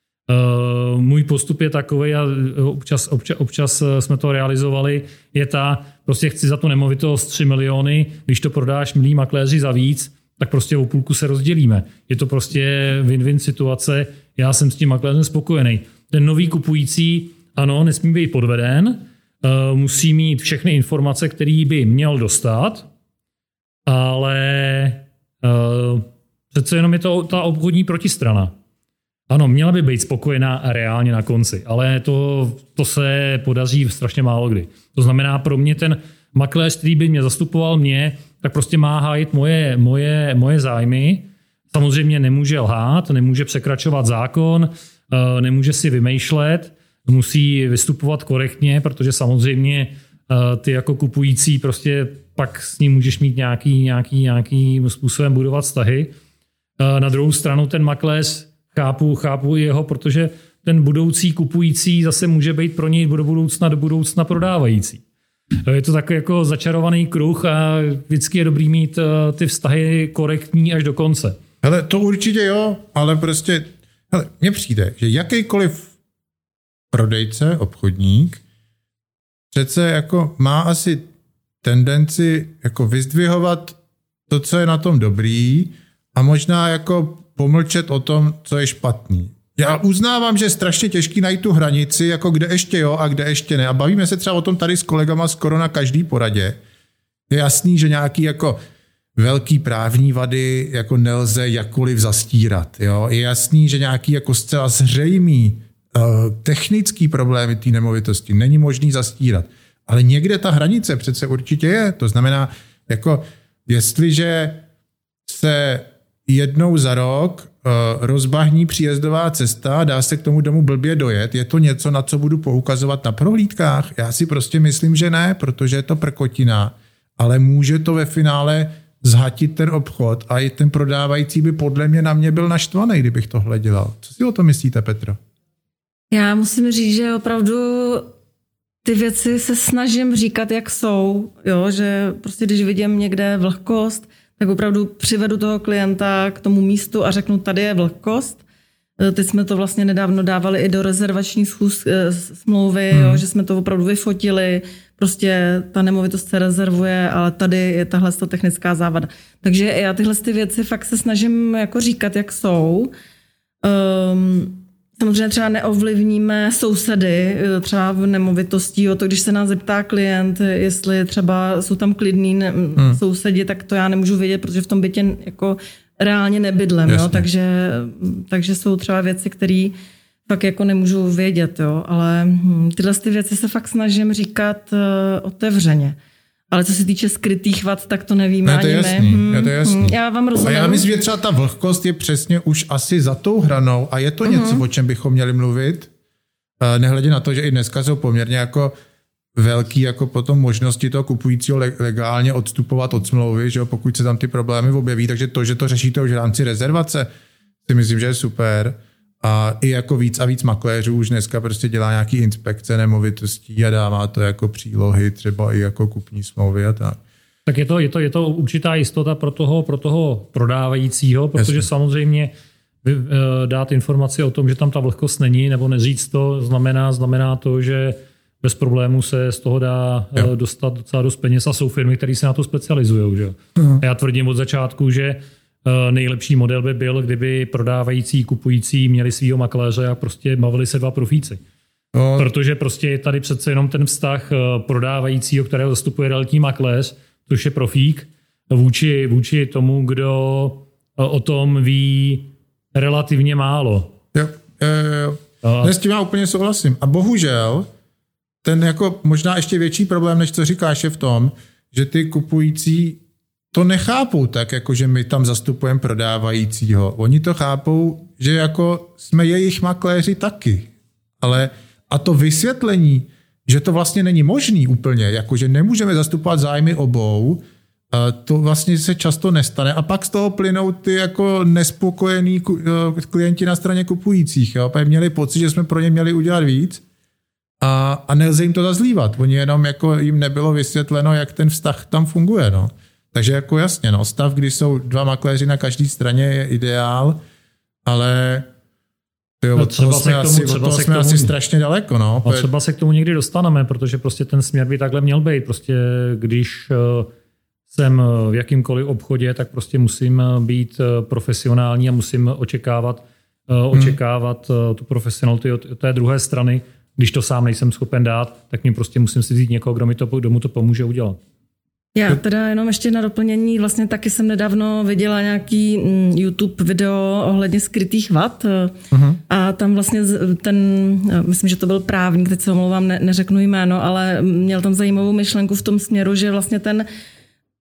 Uh, můj postup je takový, a občas, občas, občas jsme to realizovali, je ta, prostě chci za tu nemovitost tři miliony, když to prodáš milí makléři za víc, tak prostě o půlku se rozdělíme. Je to prostě win-win situace, já jsem s tím makléřem spokojený. Ten nový kupující, ano, nesmí být podveden, uh, musí mít všechny informace, které by měl dostat, ale uh, přece jenom je to ta obchodní protistrana. Ano, měla by být spokojená a reálně na konci, ale to, to se podaří strašně málo kdy. To znamená, pro mě ten makléř, který by mě zastupoval mě, tak prostě má hájit moje, moje, moje zájmy. Samozřejmě nemůže lhát, nemůže překračovat zákon, nemůže si vymýšlet, musí vystupovat korektně, protože samozřejmě ty jako kupující prostě pak s ním můžeš mít nějaký, nějaký, nějaký způsobem budovat vztahy. Na druhou stranu ten makléř chápu, chápu jeho, protože ten budoucí kupující zase může být pro něj do budoucna, do budoucna prodávající. Je to takový jako začarovaný kruh a vždycky je dobrý mít ty vztahy korektní až do konce. Hele, to určitě jo, ale prostě hele, mně přijde, že jakýkoliv prodejce, obchodník přece jako má asi tendenci jako vyzdvihovat to, co je na tom dobrý a možná jako pomlčet o tom, co je špatný. Já uznávám, že je strašně těžký najít tu hranici, jako kde ještě jo a kde ještě ne. A bavíme se třeba o tom tady s kolegama skoro na každý poradě. Je jasný, že nějaký jako velký právní vady jako nelze jakkoliv zastírat. Jo? Je jasný, že nějaký jako zcela zřejmý uh, technický problémy té nemovitosti není možný zastírat. Ale někde ta hranice přece určitě je. To znamená, jako jestliže se jednou za rok uh, rozbahní příjezdová cesta, dá se k tomu domu blbě dojet, je to něco, na co budu poukazovat na prohlídkách? Já si prostě myslím, že ne, protože je to prkotina, ale může to ve finále zhatit ten obchod a i ten prodávající by podle mě na mě byl naštvaný, kdybych tohle dělal. Co si o to myslíte, Petro? Já musím říct, že opravdu ty věci se snažím říkat, jak jsou, jo? Že prostě když vidím někde vlhkost, tak opravdu přivedu toho klienta k tomu místu a řeknu, tady je vlhkost. Teď jsme to vlastně nedávno dávali i do rezervační schůz, smlouvy, hmm. jo, že jsme to opravdu vyfotili, prostě ta nemovitost se rezervuje, ale tady je tahle technická závada. Takže já tyhle ty věci fakt se snažím jako říkat, jak jsou. Um, samozřejmě třeba neovlivníme sousedy, třeba v nemovitosti, jo, to když se nás zeptá klient, jestli třeba jsou tam klidní ne- hmm. sousedi, tak to já nemůžu vědět, protože v tom bytě jako reálně nebydlem, jo, takže, takže jsou třeba věci, které fakt jako nemůžu vědět, jo, ale tyhle ty věci se fakt snažím říkat uh, otevřeně. Ale co se týče skrytých vad, tak to nevíme ne, to ani jasný, my. Hmm, je to jasný. Já vám rozumím. A já myslím, že třeba ta vlhkost je přesně už asi za tou hranou a je to uh-huh. něco, o čem bychom měli mluvit. Nehledě na to, že i dneska jsou poměrně jako velký jako potom možnosti toho kupujícího legálně odstupovat od smlouvy, že jo, pokud se tam ty problémy objeví, takže to, že to řešíte už v rámci rezervace, si myslím, že je super. A i jako víc a víc makléřů už dneska prostě dělá nějaký inspekce nemovitostí a dává to jako přílohy, třeba i jako kupní smlouvy a tak. Tak je to, je to, je to určitá jistota pro toho, pro toho prodávajícího, protože Jasně. samozřejmě dát informaci o tom, že tam ta vlhkost není, nebo neříct to, znamená, znamená to, že bez problémů se z toho dá jo. dostat docela dost peněz a jsou firmy, které se na to specializují. Že? Uh-huh. Já tvrdím od začátku, že nejlepší model by byl, kdyby prodávající, kupující měli svýho makléře a prostě bavili se dva profíci. No. Protože prostě je tady přece jenom ten vztah prodávajícího, kterého zastupuje realitní makléř, což je profík, vůči, vůči tomu, kdo o tom ví relativně málo. Jo, jo, jo. A... S tím já úplně souhlasím. A bohužel ten jako možná ještě větší problém, než co říkáš, je v tom, že ty kupující to nechápou tak, jako že my tam zastupujeme prodávajícího. Oni to chápou, že jako jsme jejich makléři taky. Ale a to vysvětlení, že to vlastně není možný úplně, jako že nemůžeme zastupovat zájmy obou, to vlastně se často nestane. A pak z toho plynou ty jako nespokojení klienti na straně kupujících. Jo? Pak měli pocit, že jsme pro ně měli udělat víc a, a nelze jim to zazlívat. Oni jenom jako jim nebylo vysvětleno, jak ten vztah tam funguje. No. Takže jako jasně, no, stav, kdy jsou dva makléři na každé straně je ideál, ale jo, od toho jsme, tomu, asi, od toho jsme tomu, asi strašně daleko. No. A třeba se k tomu někdy dostaneme, protože prostě ten směr by takhle měl být. Prostě když jsem v jakýmkoliv obchodě, tak prostě musím být profesionální a musím očekávat, hmm. očekávat tu profesionalitu od té druhé strany. Když to sám nejsem schopen dát, tak mi prostě musím si vzít někoho, kdo mi to, kdo mu to pomůže udělat. Já teda jenom ještě na doplnění, vlastně taky jsem nedávno viděla nějaký YouTube video ohledně skrytých vad uh-huh. a tam vlastně ten, myslím, že to byl právník, teď se omlouvám, ne, neřeknu jméno, ale měl tam zajímavou myšlenku v tom směru, že vlastně ten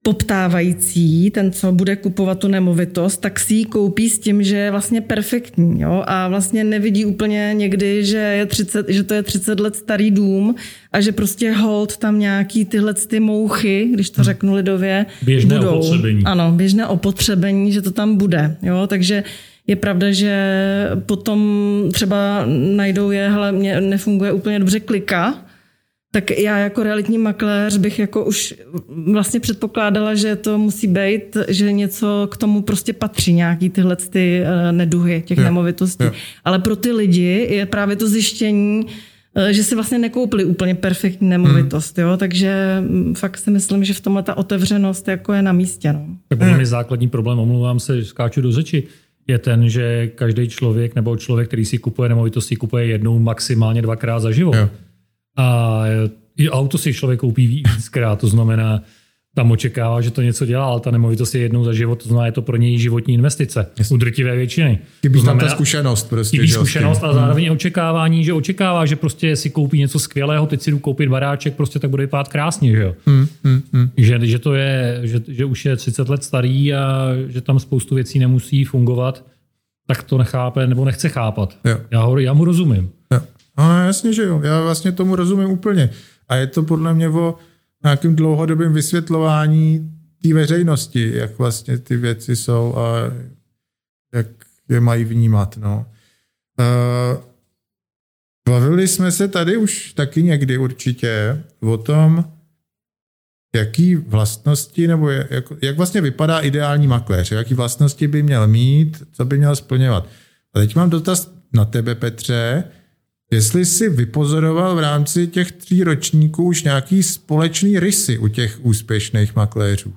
poptávající, ten, co bude kupovat tu nemovitost, tak si ji koupí s tím, že je vlastně perfektní. Jo? A vlastně nevidí úplně někdy, že, je třicet, že to je třicet let starý dům a že prostě hold tam nějaký tyhle ty mouchy, když to řeknu lidově, běžné budou. opotřebení. Ano, běžné opotřebení, že to tam bude. Jo? Takže je pravda, že potom třeba najdou je, hele, mě nefunguje úplně dobře klika, tak já jako realitní makléř bych jako už vlastně předpokládala, že to musí být, že něco k tomu prostě patří, nějaký tyhle ty neduhy těch jo, nemovitostí. Jo. Ale pro ty lidi je právě to zjištění, že si vlastně nekoupili úplně perfektní nemovitost. Hmm. Jo? Takže fakt si myslím, že v tomhle ta otevřenost jako je na místě. No. Tak podle mě základní problém, omlouvám se, skáču do řeči, je ten, že každý člověk nebo člověk, který si kupuje nemovitosti, kupuje jednou, maximálně dvakrát za život. Jo. A i auto si člověk koupí víckrát, to znamená, tam očekává, že to něco dělá, ale ta nemovitost je jednou za život, to znamená, je to pro něj životní investice. U drtivé většiny. Chybí tam ta zkušenost. Prostě, chybí zkušenost a zároveň hmm. očekávání, že očekává, že prostě si koupí něco skvělého, teď si jdu koupit baráček, prostě tak bude vypadat krásně, že jo. Hmm. Hmm. Hmm. Že, že to je, že, že už je třicet let starý a že tam spoustu věcí nemusí fungovat, tak to nechápe nebo nechce chápat. Já, ho, já mu rozumím. Jo. No jasně, že jo. Já vlastně tomu rozumím úplně. A je to podle mě o nějakým dlouhodobým vysvětlování té veřejnosti, jak vlastně ty věci jsou a jak je mají vnímat. No. Uh, bavili jsme se tady už taky někdy určitě o tom, jaký vlastnosti, nebo jak, jak vlastně vypadá ideální makléř, jaký vlastnosti by měl mít, co by měl splňovat. A teď mám dotaz na tebe, Petře, jestli jsi vypozoroval v rámci těch tří ročníků už nějaký společný rysy u těch úspěšných makléřů?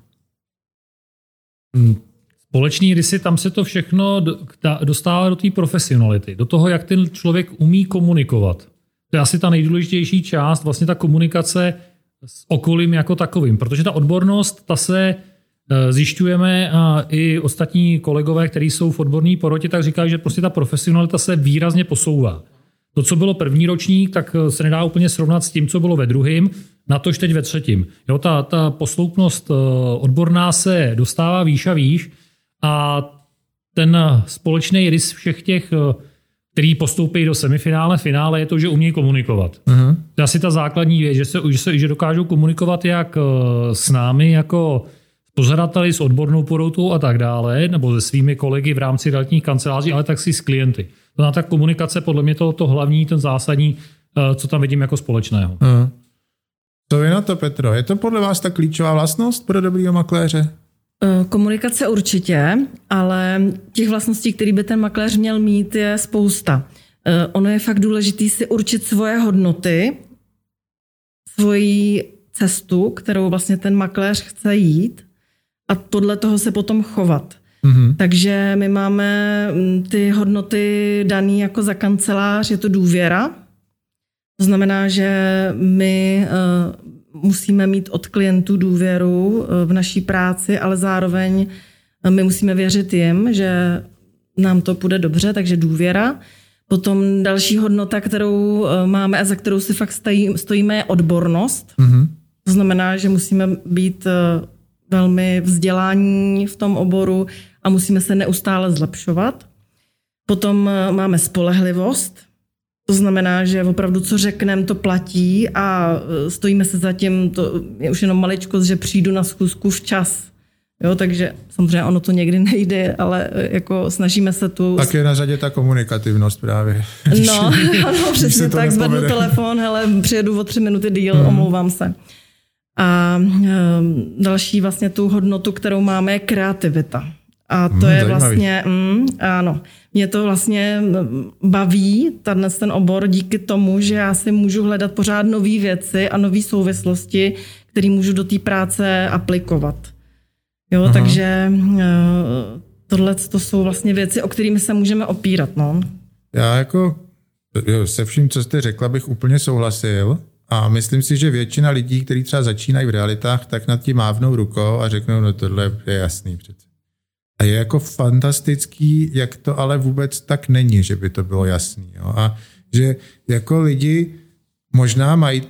Společný rysy, tam se to všechno dostává do té profesionality, do toho, jak ten člověk umí komunikovat. To je asi ta nejdůležitější část, vlastně ta komunikace s okolím jako takovým, protože ta odbornost, ta se zjišťujeme a i ostatní kolegové, kteří jsou v odborné porotě, tak říkají, že prostě ta profesionalita se výrazně posouvá. To, co bylo první ročník, tak se nedá úplně srovnat s tím, co bylo ve druhém, natož teď ve třetím. Jo, ta, ta posloupnost odborná se dostává výš a výš a ten společný rys všech těch, který postoupí do semifinále, finále, je to, že umějí komunikovat. Uh-huh. To je asi ta základní věc, že, se, že, se, že dokážou komunikovat jak s námi, jako pozorateli, s odbornou porotou a tak dále, nebo se svými kolegy v rámci realitních kanceláří, ale tak si s klienty. To na ta komunikace, podle mě to, to hlavní, ten zásadní, co tam vidím jako společného. Uh-huh. Co je na to, Petro? Je to podle vás ta klíčová vlastnost pro dobrýho makléře? Komunikace určitě, ale těch vlastností, které by ten makléř měl mít, je spousta. Ono je fakt důležité si určit svoje hodnoty, svoji cestu, kterou vlastně ten makléř chce jít a podle toho se potom chovat. Mm-hmm. Takže my máme ty hodnoty daný jako za kancelář, je to důvěra. To znamená, že my musíme mít od klientů důvěru v naší práci, ale zároveň my musíme věřit jim, že nám to půjde dobře, takže důvěra. Potom další hodnota, kterou máme a za kterou si fakt stojíme, je odbornost. Mm-hmm. To znamená, že musíme být velmi vzdělání v tom oboru a musíme se neustále zlepšovat. Potom máme spolehlivost. To znamená, že opravdu co řekneme, to platí a stojíme se za tím, to je už jenom maličkost, že přijdu na schůzku včas. Jo, takže samozřejmě ono to někdy nejde, ale jako snažíme se tu... Tak je na řadě ta komunikativnost právě. No, ano, přesně tak, zvednu telefon, hele, přijedu o tři minuty díl, hmm. omlouvám se. A um, další vlastně tu hodnotu, kterou máme, je kreativita. A to hmm, je zajímavý. vlastně, mm, ano, mě to vlastně baví, dnes ten obor, díky tomu, že já si můžu hledat pořád nové věci a nové souvislosti, které můžu do té práce aplikovat. Jo, Aha. takže tohle to jsou vlastně věci, o kterými se můžeme opírat. No. Já jako jo, se vším, co jste řekla, bych úplně souhlasil a myslím si, že většina lidí, kteří třeba začínají v realitách, tak nad tím mávnou rukou a řeknou, no tohle je jasný přece. A je jako fantastický, jak to ale vůbec tak není, že by to bylo jasný. Jo? A že jako lidi možná mají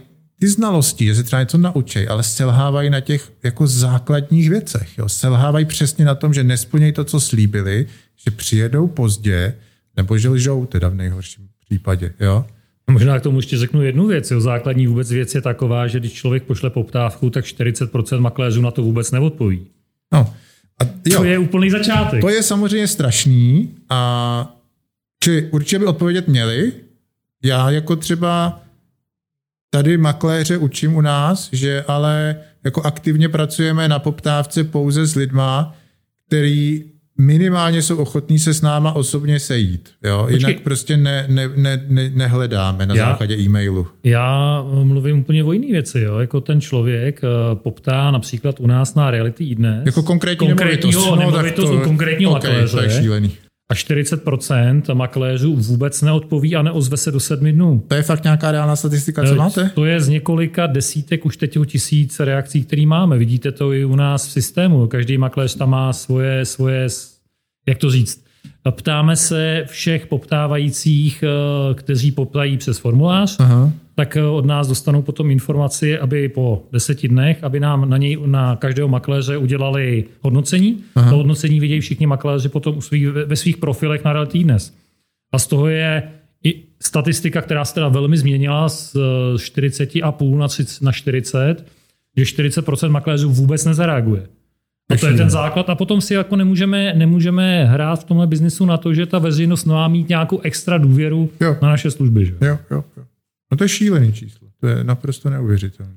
ty znalosti, že se třeba něco naučí, ale selhávají na těch jako základních věcech. Jo? Selhávají přesně na tom, že nesplnějí to, co slíbili, že přijedou pozdě, nebo že lžou teda v nejhorším případě. Jo? Možná k tomu ještě řeknu jednu věc. Jo. Základní vůbec věc je taková, že když člověk pošle poptávku, tak čtyřicet procent makléřů na to vůbec neodpoví. No. A jo, to je úplný začátek. To je samozřejmě strašný a či určitě by odpovědět měli. Já jako třeba tady makléře učím u nás, že ale jako aktivně pracujeme na poptávce pouze s lidma, který minimálně jsou ochotní se s náma osobně sejít. Jo? Jinak prostě ne, ne, ne, ne, nehledáme na já, základě e-mailu. Já mluvím úplně o jiný věci. Jo? Jako ten člověk poptá například u nás na Reality iDnes. Jako konkrétní nemovitost. No, nemovitost u konkrétního okay, makléře. To je šílený. A čtyřicet procent makléřů vůbec neodpoví a neozve se do sedmi dnů. To je fakt nějaká reálná statistika, co máte? To je z několika desítek, už teď tisíc reakcí, které máme. Vidíte to i u nás v systému. Každý makléř tam má svoje, svoje, jak to říct, ptáme se všech poptávajících, kteří poptají přes formulář, aha, tak od nás dostanou potom informaci, aby po deseti dnech, aby nám na něj, na každého makléře udělali hodnocení. Aha. To hodnocení vidějí všichni makléři potom ve svých profilech na Reality iDnes. A z toho je i statistika, která se teda velmi změnila z čtyřicet a půl na čtyřicet, že čtyřicet procent makléřů vůbec nezareaguje. A to je ten základ a potom si jako nemůžeme, nemůžeme hrát v tomhle biznesu na to, že ta veřejnost má mít nějakou extra důvěru jo. na naše služby. Že? Jo, jo, jo. No to je šílený číslo. To je naprosto neuvěřitelné.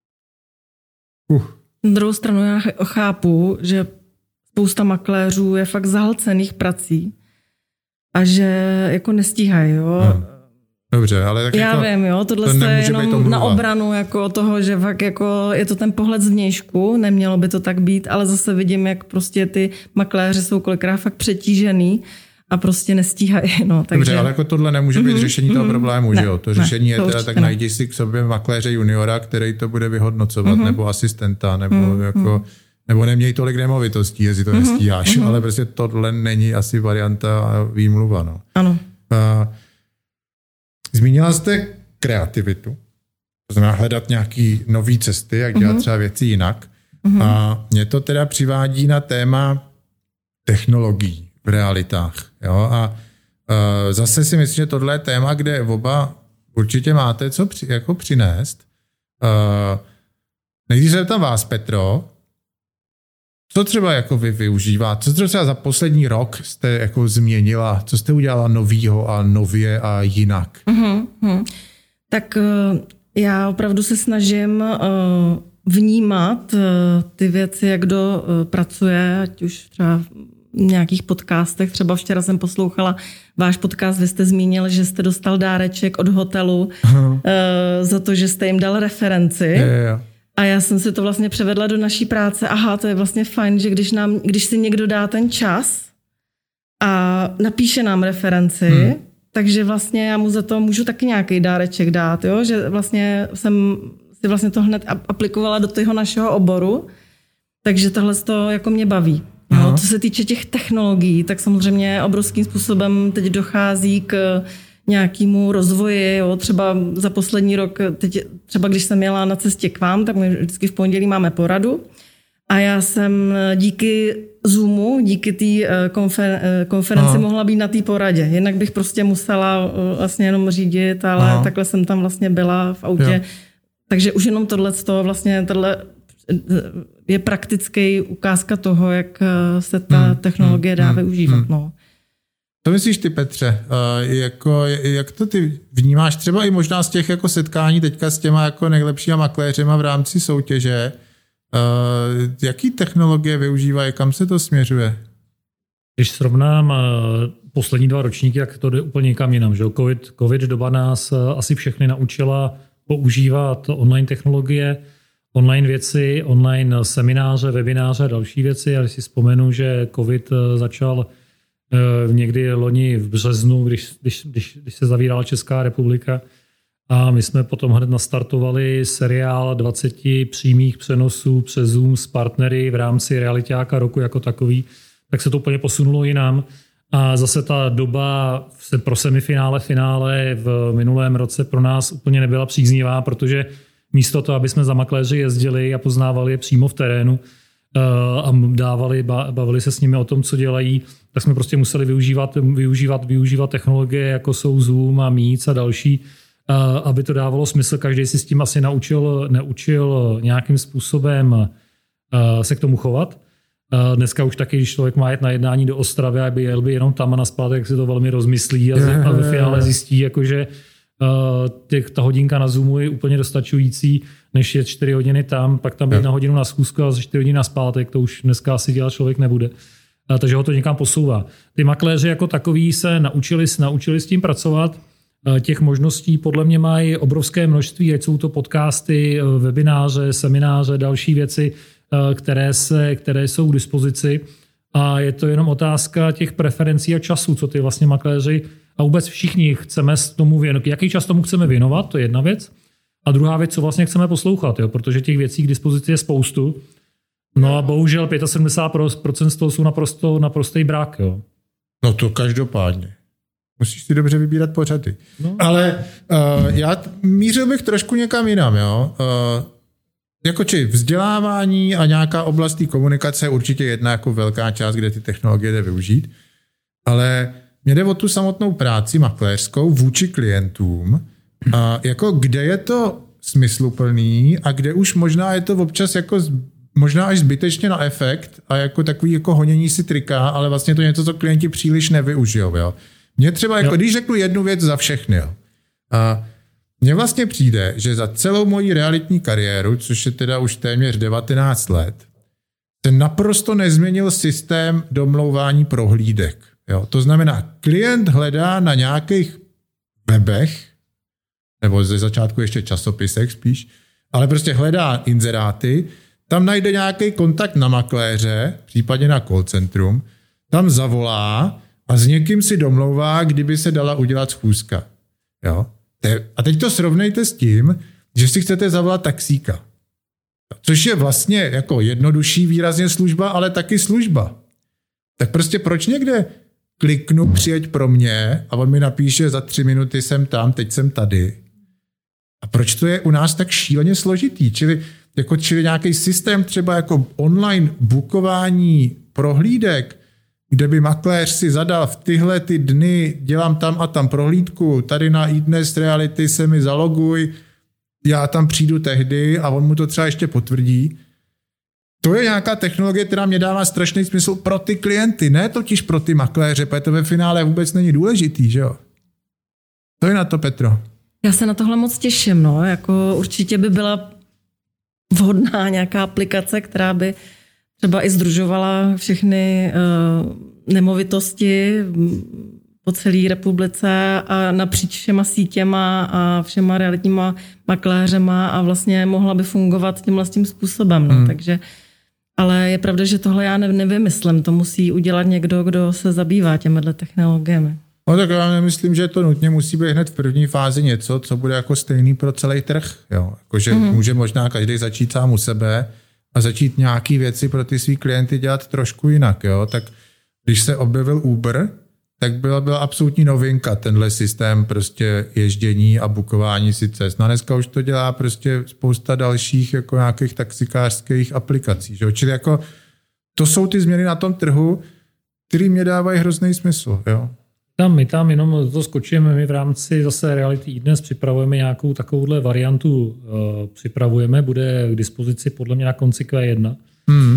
Uh. Na druhou stranu já chápu, že spousta makléřů je fakt zahlcených prací a že jako nestíhají. Jo? Hmm. Dobře, ale tak já jako, vím, jo, tohle to je jenom na obranu jako toho, že fakt jako je to ten pohled zvnějšku, nemělo by to tak být, ale zase vidím, jak prostě ty makléři jsou kolikrát fakt přetížený a prostě nestíhají. No, takže... Dobře, ale jako tohle nemůže být mm-hmm, řešení toho mm-hmm, problému, ne, že jo? To ne, řešení je to teda tak ne. Najdi si k sobě makléře juniora, který to bude vyhodnocovat, mm-hmm. nebo asistenta, nebo mm-hmm. jako... Nebo neměj tolik nemovitostí, jestli to mm-hmm, nestíháš, mm-hmm. ale prostě tohle není asi varianta výmluva. No. Ano. A zmínila jste kreativitu, to znamená hledat nějaké nové cesty, jak dělat mm-hmm. třeba věci jinak. Mm-hmm. A mě to teda přivádí na téma technologií v realitách. Jo? A uh, zase si myslím, že tohle je téma, kde oba určitě máte co při, jako přinést. Uh, nejdřív se tam vás, Petro, co třeba jako vy využíváte? Co třeba za poslední rok jste jako změnila? Co jste udělala novýho a nově a jinak? Mm-hmm. Tak uh, já opravdu se snažím uh, vnímat uh, ty věci, jak kdo uh, pracuje, ať už třeba v nějakých podcastech. Třeba včera jsem poslouchala váš podcast, vy jste zmínil, že jste dostal dáreček od hotelu uh, za to, že jste jim dal referenci. Je, je, je. A já jsem si to vlastně převedla do naší práce. Aha, to je vlastně fajn, že když, nám, když si někdo dá ten čas a napíše nám referenci, hmm. takže vlastně já mu za to můžu taky nějaký dáreček dát, jo? Že vlastně jsem si vlastně to hned aplikovala do toho našeho oboru, takže tohle to jako mě baví. Jo? Co se týče těch technologií, tak samozřejmě obrovským způsobem teď dochází k nějakému rozvoji, jo, třeba za poslední rok, teď, třeba když jsem jela na cestě k vám, tak my vždycky v pondělí máme poradu a já jsem díky Zoomu, díky té konfer, konferenci Aha. mohla být na té poradě. Jinak bych prostě musela vlastně jenom řídit, ale Aha. takhle jsem tam vlastně byla v autě. Jo. Takže už jenom tohleto, vlastně tohle je praktický ukázka toho, jak se ta hmm. technologie dá hmm. využívat. Hmm. No. Co myslíš ty, Petře? Uh, jako, jak to ty vnímáš třeba i možná z těch jako setkání teďka s těma jako nejlepšíma makléřema v rámci soutěže? Uh, jaký technologie využívají? Kam se to směřuje? Když srovnám uh, poslední dva ročníky, tak to jde úplně někam jinam. Že? COVID, COVID doba nás uh, asi všechny naučila používat online technologie, online věci, online semináře, webináře a další věci. Já si vzpomenu, že COVID uh, začal někdy loni v březnu, když, když, když, když se zavírala Česká republika a my jsme potom hned nastartovali seriál dvacet přímých přenosů přes Zoom s partnery v rámci realitáka roku jako takový, tak se to úplně posunulo jinam a zase ta doba pro semifinále, finále v minulém roce pro nás úplně nebyla příznivá, protože místo toho, aby jsme za makléři jezdili a poznávali je přímo v terénu a dávali, bavili se s nimi o tom, co dělají, tak jsme prostě museli využívat, využívat, využívat technologie, jako jsou Zoom a Meets a další, aby to dávalo smysl. Každý si s tím asi naučil, neučil nějakým způsobem se k tomu chovat. Dneska už taky, když člověk má jet na jednání do Ostravy a by jel by jenom tam a naspátek, tak si to velmi rozmyslí a, a ve finále zjistí, jakože těch, ta hodinka na Zoomu je úplně dostačující, než je čtyři hodiny tam, pak tam být na hodinu na schůzku a za čtyři hodiny naspátek, to už dneska asi dělat člověk nebude. Takže ho to někam posouvá. Ty makléři jako takový se naučili, naučili s tím pracovat. Těch možností podle mě mají obrovské množství, ať jsou to podcasty, webináře, semináře, další věci, které, se, které jsou k dispozici. A je to jenom otázka těch preferencí a času, co ty vlastně makléři a vůbec všichni chceme tomu věnovat. Jaký čas tomu chceme věnovat, to je jedna věc. A druhá věc, co vlastně chceme poslouchat, jo? Protože těch věcí k dispozici je spoustu. No a bohužel sedmdesát pět procent z toho jsou naprosto, naprostý brák. Jo? No to každopádně. Musíš si dobře vybírat pořady. No. Ale uh, já mířil bych trošku někam jinam. Jo? Uh, jako či vzdělávání a nějaká oblast té komunikace je určitě jedna jako velká část, kde ty technologie jde využít. Ale mě jde o tu samotnou práci makléřskou vůči klientům. A jako kde je to smysluplný a kde už možná je to občas jako možná až zbytečně na efekt a jako takový jako honění si trika, ale vlastně to je něco, co klienti příliš nevyužijou. Jo. Mně třeba, jako, když řeknu jednu věc za všechny, jo. A mně vlastně přijde, že za celou moji realitní kariéru, což je teda už téměř devatenáct let, se naprosto nezměnil systém domlouvání prohlídek. Jo. To znamená, klient hledá na nějakých webech, nebo ze začátku ještě časopisech spíš, ale prostě hledá inzeráty, tam najde nějaký kontakt na makléře, případně na call centrum, tam zavolá a s někým si domlouvá, kdyby se dala udělat schůzka. Jo? A teď to srovnejte s tím, že si chcete zavolat taxíka. Což je vlastně jako jednodušší výrazně služba, ale taky služba. Tak prostě proč někde kliknu přijeď pro mě a on mi napíše za tři minuty jsem tam, teď jsem tady. A proč to je u nás tak šíleně složitý? Čili, jako, čili nějaký systém třeba jako online bookování prohlídek, kde by makléř si zadal v tyhle ty dny, dělám tam a tam prohlídku, tady na iDnes Reality se mi zaloguj, já tam přijdu tehdy a on mu to třeba ještě potvrdí. To je nějaká technologie, která mě dává strašný smysl pro ty klienty, ne totiž pro ty makléře, protože to ve finále vůbec není důležitý, že jo? To je na to, Petro. Já se na tohle moc těším, no, jako určitě by byla vhodná nějaká aplikace, která by třeba i sdružovala všechny uh, nemovitosti po celé republice a napříč všema sítěma a všema realitníma makléřema a vlastně mohla by fungovat tímhle tím způsobem, no, hmm. takže ale je pravda, že tohle já nevymyslím, to musí udělat někdo, kdo se zabývá těmihle technologiemi. No tak já nemyslím, že to nutně musí být hned v první fázi něco, co bude jako stejný pro celý trh. Jo. Jakože mm-hmm. může možná každý začít sám u sebe a začít nějaký věci pro ty svý klienty dělat trošku jinak. Jo. Tak když se objevil Uber, tak byla, byla absolutní novinka tenhle systém prostě ježdění a bukování si cest. No dneska už to dělá prostě spousta dalších jako nějakých taxikářských aplikací. Že? Čili jako to jsou ty změny na tom trhu, které mě dávají hrozný smysl. Jo. Tam, my tam jenom to skočíme, my v rámci zase Reality iDnes připravujeme nějakou takovouhle variantu, uh, připravujeme, bude k dispozici podle mě na konci Q jedna. Hmm. Uh,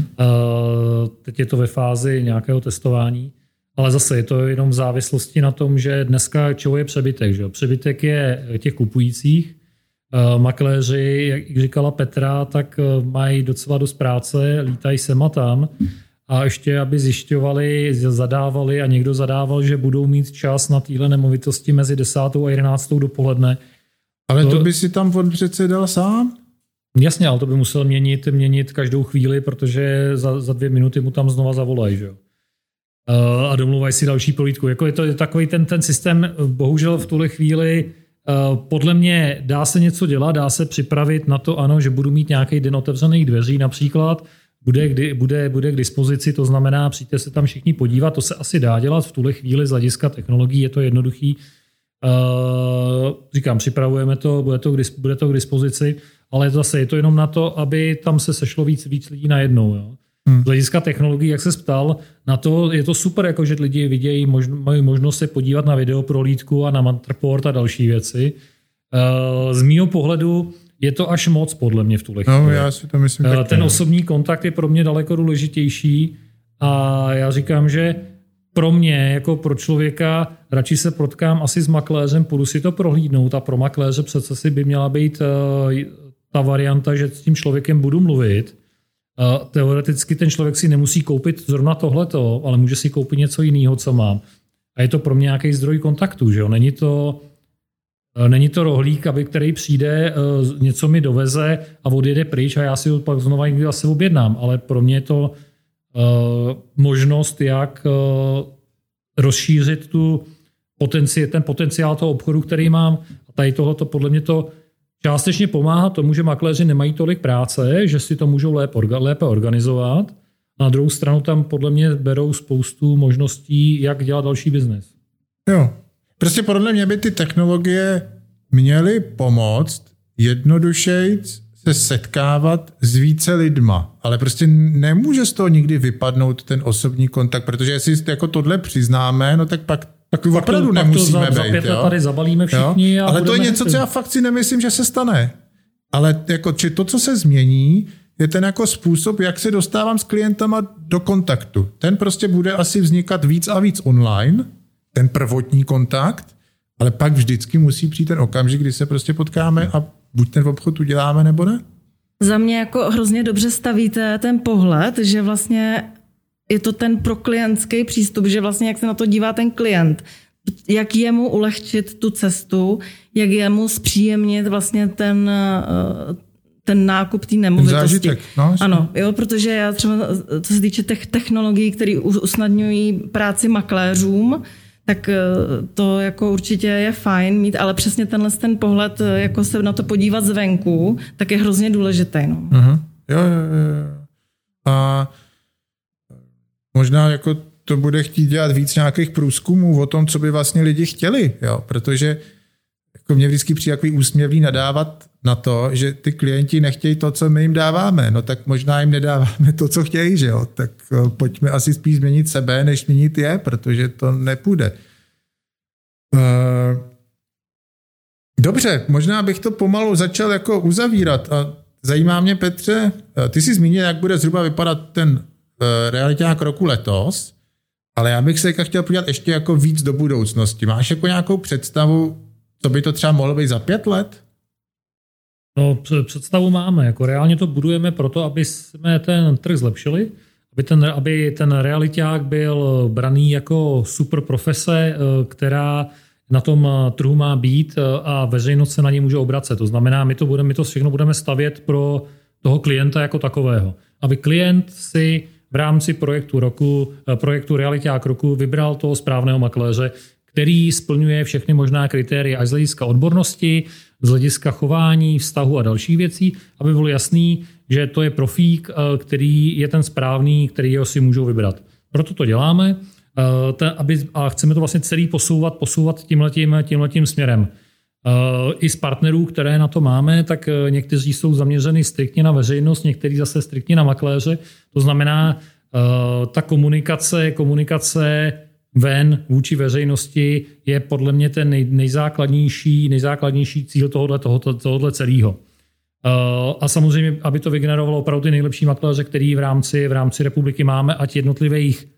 teď je to ve fázi nějakého testování, ale zase je to jenom v závislosti na tom, že dneska čeho je přebytek. Že? Přebytek je těch kupujících. Uh, makléři, jak říkala Petra, tak uh, mají docela dost práce, lítají sem a tam. A ještě, aby zjišťovali, zadávali a někdo zadával, že budou mít čas na téhle nemovitosti mezi desátou a jedenáctou dopoledne. Ale to, to by si tam on přece dal sám? Jasně, ale to by musel měnit, měnit každou chvíli, protože za, za dvě minuty mu tam znova zavolají. Že? A domluvají si další prohlídku. Jako je to takový ten, ten systém, bohužel v tuhle chvíli podle mě dá se něco dělat, dá se připravit na to, ano, že budu mít nějaký den otevřených dveří například, Bude, kdy, bude, bude k dispozici, to znamená, přijďte se tam všichni podívat, to se asi dá dělat v tuhle chvíli z hlediska technologií, je to jednoduchý. Uh, říkám, připravujeme to, bude to, k, bude to k dispozici, ale zase je to jenom na to, aby tam se sešlo víc, víc lidí najednou. Jo. Hmm. Z hlediska technologií, jak se ptal, na to je to super, jako, že lidi vidějí, možno, mají možnost se podívat na video prohlídku a na Matterport a další věci. Z mýho pohledu je to až moc podle mě v tuhle chvíli. No, já si to myslím Ten taky. Osobní kontakt je pro mě daleko důležitější a já říkám, že pro mě, jako pro člověka, radši se potkám asi s makléřem, půjdu si to prohlídnout a pro makléře přece si by měla být ta varianta, že s tím člověkem budu mluvit. Teoreticky ten člověk si nemusí koupit zrovna tohleto, ale může si koupit něco jiného, co mám. A je to pro mě nějaký zdroj kontaktu, že jo? Není to, není to rohlík, aby který přijde, něco mi doveze a odjede pryč a já si ho pak znova někdy zase objednám. Ale pro mě je to uh, možnost, jak uh, rozšířit tu potenci, ten potenciál toho obchodu, který mám. A tady tohleto podle mě to částečně pomáhá tomu, že makléři nemají tolik práce, že si to můžou lépe, lépe organizovat. Na druhou stranu tam podle mě berou spoustu možností, jak dělat další biznes. Jo. Prostě podle mě by ty technologie měly pomoct jednodušejc se setkávat s více lidma. Ale prostě nemůže z toho nikdy vypadnout ten osobní kontakt, protože jestli jako tohle přiznáme, no tak pak tak opravdu nemusíme být. Za pět let tady zabalíme všichni. A ale to je něco, co já fakt si nemyslím, že se stane. Ale jako, či to, co se změní, je ten jako způsob, jak se dostávám s klientama do kontaktu. Ten prostě bude asi vznikat víc a víc online, ten prvotní kontakt, ale pak vždycky musí přijít ten okamžik, kdy se prostě potkáme a buď ten obchod uděláme, nebo ne. Za mě jako hrozně dobře stavíte ten pohled, že vlastně je to ten proklientský přístup, že vlastně jak se na to dívá ten klient, jak jemu ulehčit tu cestu, jak jemu zpříjemnit vlastně ten, ten nákup té nemovitosti. Zážitek, no, ano, jo, protože já třeba, co se týče těch technologií, které usnadňují práci makléřům, tak to jako určitě je fajn mít, ale přesně tenhle ten pohled, jako se na to podívat zvenku, tak je hrozně důležitý. No. Uh-huh. Jo, jo, jo. A možná jako to bude chtít dělat víc nějakých průzkumů o tom, co by vlastně lidi chtěli, jo, protože jako mě vždycky přijde takový úsměvný nadávat na to, že ty klienti nechtějí to, co my jim dáváme, no tak možná jim nedáváme to, co chtějí, že jo, tak pojďme asi spíš změnit sebe, než měnit je, protože to nepůjde. Dobře, možná bych to pomalu začal jako uzavírat a zajímá mě, Petře, ty jsi zmínil, jak bude zhruba vypadat ten realiťák roku letos, ale já bych se chtěl podívat ještě jako víc do budoucnosti. Máš jako nějakou představu, co by to třeba mohlo být za pět let? No, představu máme. Jako reálně to budujeme proto, aby jsme ten trh zlepšili, aby ten, aby ten realiťák byl braný jako super profese, která na tom trhu má být a veřejnost se na něj může obracet. To znamená, my to, budeme, my to všechno budeme stavět pro toho klienta jako takového. Aby klient si v rámci projektu roku, projektu Realiťák roku vybral toho správného makléře, který splňuje všechny možná kritéria až z hlediska odbornosti, z hlediska chování, vztahu a dalších věcí, aby bylo jasný, že to je profík, který je ten správný, který ho si můžou vybrat. Proto to děláme a chceme to vlastně celý posouvat, posouvat tímhletím, tímhletím směrem. I z partnerů, které na to máme, tak někteří jsou zaměřeni striktně na veřejnost, někteří zase striktně na makléře. To znamená, ta komunikace, komunikace ven vůči veřejnosti je podle mě ten nej, nejzákladnější, nejzákladnější cíl tohohle, tohoto, tohohle celého. A samozřejmě, aby to vygenerovalo opravdu ty nejlepší makléře, který v rámci, v rámci republiky máme, ať jednotlivých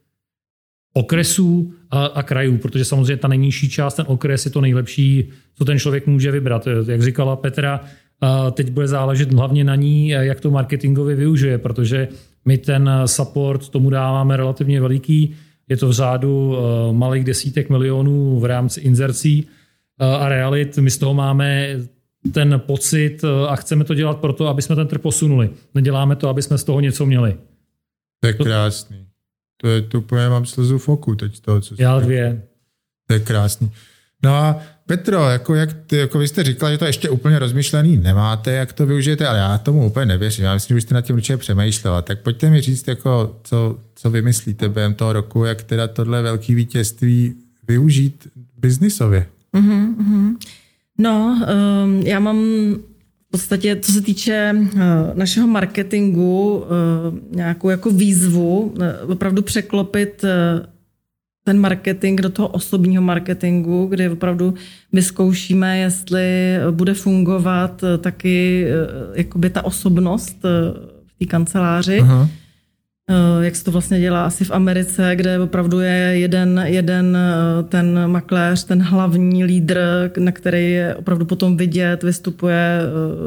okresů a, a krajů, protože samozřejmě ta nejnižší část, ten okres je to nejlepší, co ten člověk může vybrat. Jak říkala Petra, teď bude záležet hlavně na ní, jak to marketingově využije, protože my ten support tomu dáváme relativně veliký, je to v řádu malých desítek milionů v rámci inzercí a realit. My z toho máme ten pocit a chceme to dělat proto, aby jsme ten trh posunuli. Neděláme to, aby jsme z toho něco měli. To je krásný. To je to úplně, mám slzu v oku teď z toho, co Já dvě. To je krásný. No a Petro, jako, jak ty, jako vy jste říkala, že to ještě úplně rozmyšlený nemáte, jak to využijete, ale já tomu úplně nevěřím. Já myslím, že jste nad tím určitě přemýšlela. Tak pojďte mi říct, jako, co, co vymyslíte během toho roku, jak teda tohle velké vítězství využít biznisově. Mm-hmm. No, um, já mám v podstatě, co se týče našeho marketingu, nějakou jako výzvu, opravdu překlopit ten marketing do toho osobního marketingu, kdy opravdu vyzkoušíme, jestli bude fungovat taky jakoby ta osobnost v té kanceláři. Aha. Jak se to vlastně dělá asi v Americe, kde opravdu je jeden, jeden ten makléř, ten hlavní lídr, na který je opravdu potom vidět, vystupuje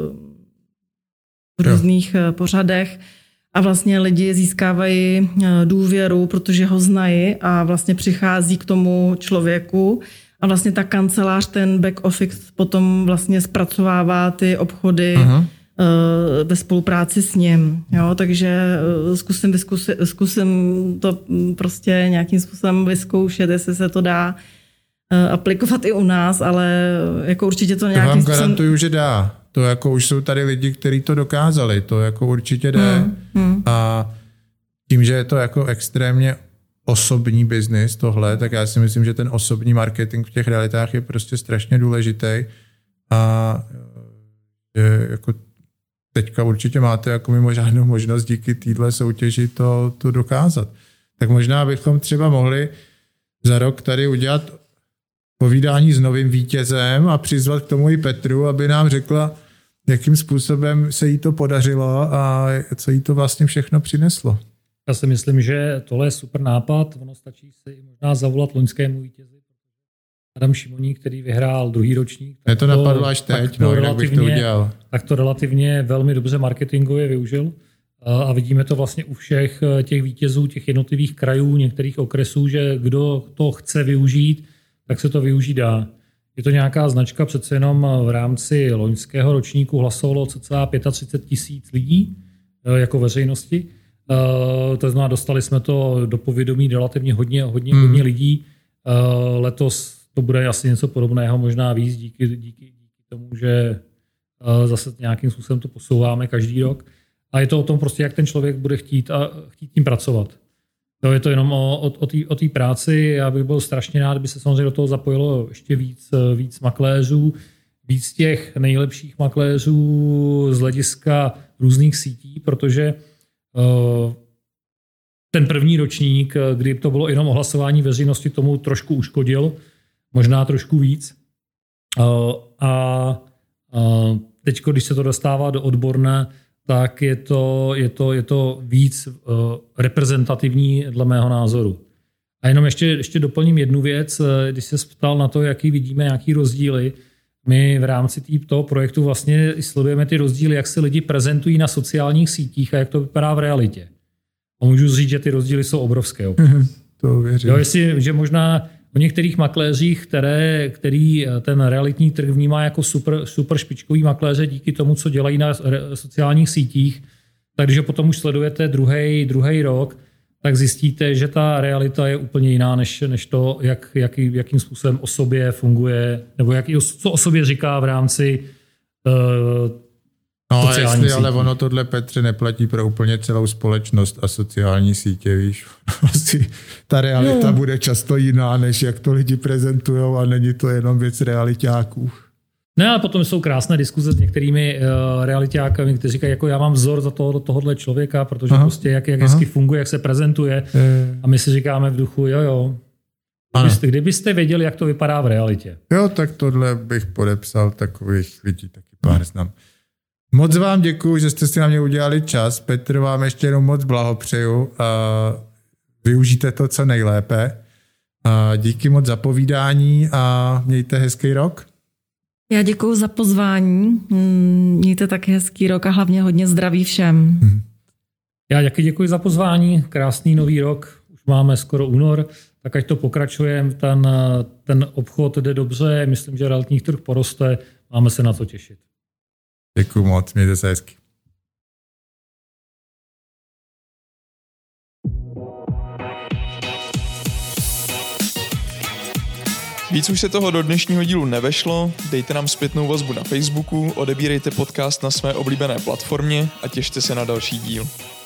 v různých jo. pořadech a vlastně lidi získávají důvěru, protože ho znají a vlastně přichází k tomu člověku a vlastně ta kancelář, ten back office potom vlastně zpracovává ty obchody Aha. ve spolupráci s ním. Jo? Takže zkusím, zkusím, zkusím to prostě nějakým způsobem vyzkoušet, jestli se to dá aplikovat i u nás, ale jako určitě to nějakým způsobem... To vám garantuju, že dá. To jako už jsou tady lidi, kteří to dokázali. To jako určitě jde. Hmm, hmm. A tím, že je to jako extrémně osobní biznis tohle, tak já si myslím, že ten osobní marketing v těch realitách je prostě strašně důležitý. A že jako teďka určitě máte jako mimořádnou možnost díky téhle soutěži to, to dokázat. Tak možná bychom třeba mohli za rok tady udělat povídání s novým vítězem a přizvat k tomu i Petru, aby nám řekla, jakým způsobem se jí to podařilo a co jí to vlastně všechno přineslo. Já si myslím, že tohle je super nápad. Ono stačí si možná zavolat loňskému vítězi. Adam Šimoník, který vyhrál druhý ročník. Mě to, to napadlo až teď, no, jak bych to udělal. Tak to relativně velmi dobře marketingově využil. A vidíme to vlastně u všech těch vítězů, těch jednotlivých krajů, některých okresů, že kdo to chce využít, tak se to využít dá. Je to nějaká značka, přece jenom v rámci loňského ročníku hlasovalo cca třicet pět tisíc lidí jako veřejnosti. To znamená, dostali jsme to do povědomí relativně hodně, hodně, hmm. hodně lidí. Letos to bude asi něco podobného, možná víc díky, díky, díky tomu, že zase nějakým způsobem to posouváme každý rok. A je to o tom prostě, jak ten člověk bude chtít a chtít tím pracovat. To je to jenom o, o, o té práci. Já bych byl strašně rád, kdyby se samozřejmě do toho zapojilo ještě víc, víc makléřů, víc těch nejlepších makléřů z hlediska různých sítí, protože uh, ten první ročník, kdy to bylo jenom ohlasování veřejnosti, tomu trošku uškodil, možná trošku víc. Uh, a uh, teď, když se to dostává do odborné, tak je to, je to, je to víc uh, reprezentativní dle mého názoru. A jenom ještě, ještě doplním jednu věc, když se ptal na to, jaký vidíme, jaký rozdíly. My v rámci tý, toho projektu vlastně sledujeme ty rozdíly, jak se lidi prezentují na sociálních sítích a jak to vypadá v realitě. A můžu říct, že ty rozdíly jsou obrovské. Mm-hmm, to věřím. Jo, jestli, že možná o některých makléřích, které, který ten realitní trh vnímá jako super, super špičkový makléře díky tomu, co dělají na sociálních sítích, tak když ho potom už sledujete druhý, druhý rok, tak zjistíte, že ta realita je úplně jiná, než, než to, jak, jaký, jakým způsobem o sobě funguje, nebo jak, co o sobě říká v rámci uh, no, sociálních jestli, sítí. Ale ono tohle, Petře, neplatí pro úplně celou společnost a sociální sítě, víš. Asi ta realita no. bude často jiná, než jak to lidi prezentujou a není to jenom věc realitáků. No a potom jsou krásné diskuze s některými uh, realitákami, kteří říkají, jako já mám vzor za toho, tohohle člověka, protože aha, prostě jak, jak hezky funguje, jak se prezentuje. Je. A my si říkáme v duchu, jo jo, kdybyste, kdybyste věděli, jak to vypadá v realitě. Jo, tak tohle bych podepsal, takových lidí taky pár znám. Moc vám děkuju, že jste si na mě udělali čas. Petr, vám ještě jenom moc blahopřeju. Využijte to co nejlépe. Díky moc za povídání a mějte hezký rok. Já děkuju za pozvání. Mějte taky hezký rok a hlavně hodně zdraví všem. Já taky děkuji za pozvání. Krásný nový rok. Už máme skoro únor, tak ať to pokračujeme. Ten, ten obchod jde dobře. Myslím, že realitní trh poroste. Máme se na to těšit. Děkuji moc, mějte se hezky. Víc už se toho do dnešního dílu nevešlo, dejte nám zpětnou vazbu na Facebooku, odebírejte podcast na své oblíbené platformě a těšte se na další díl.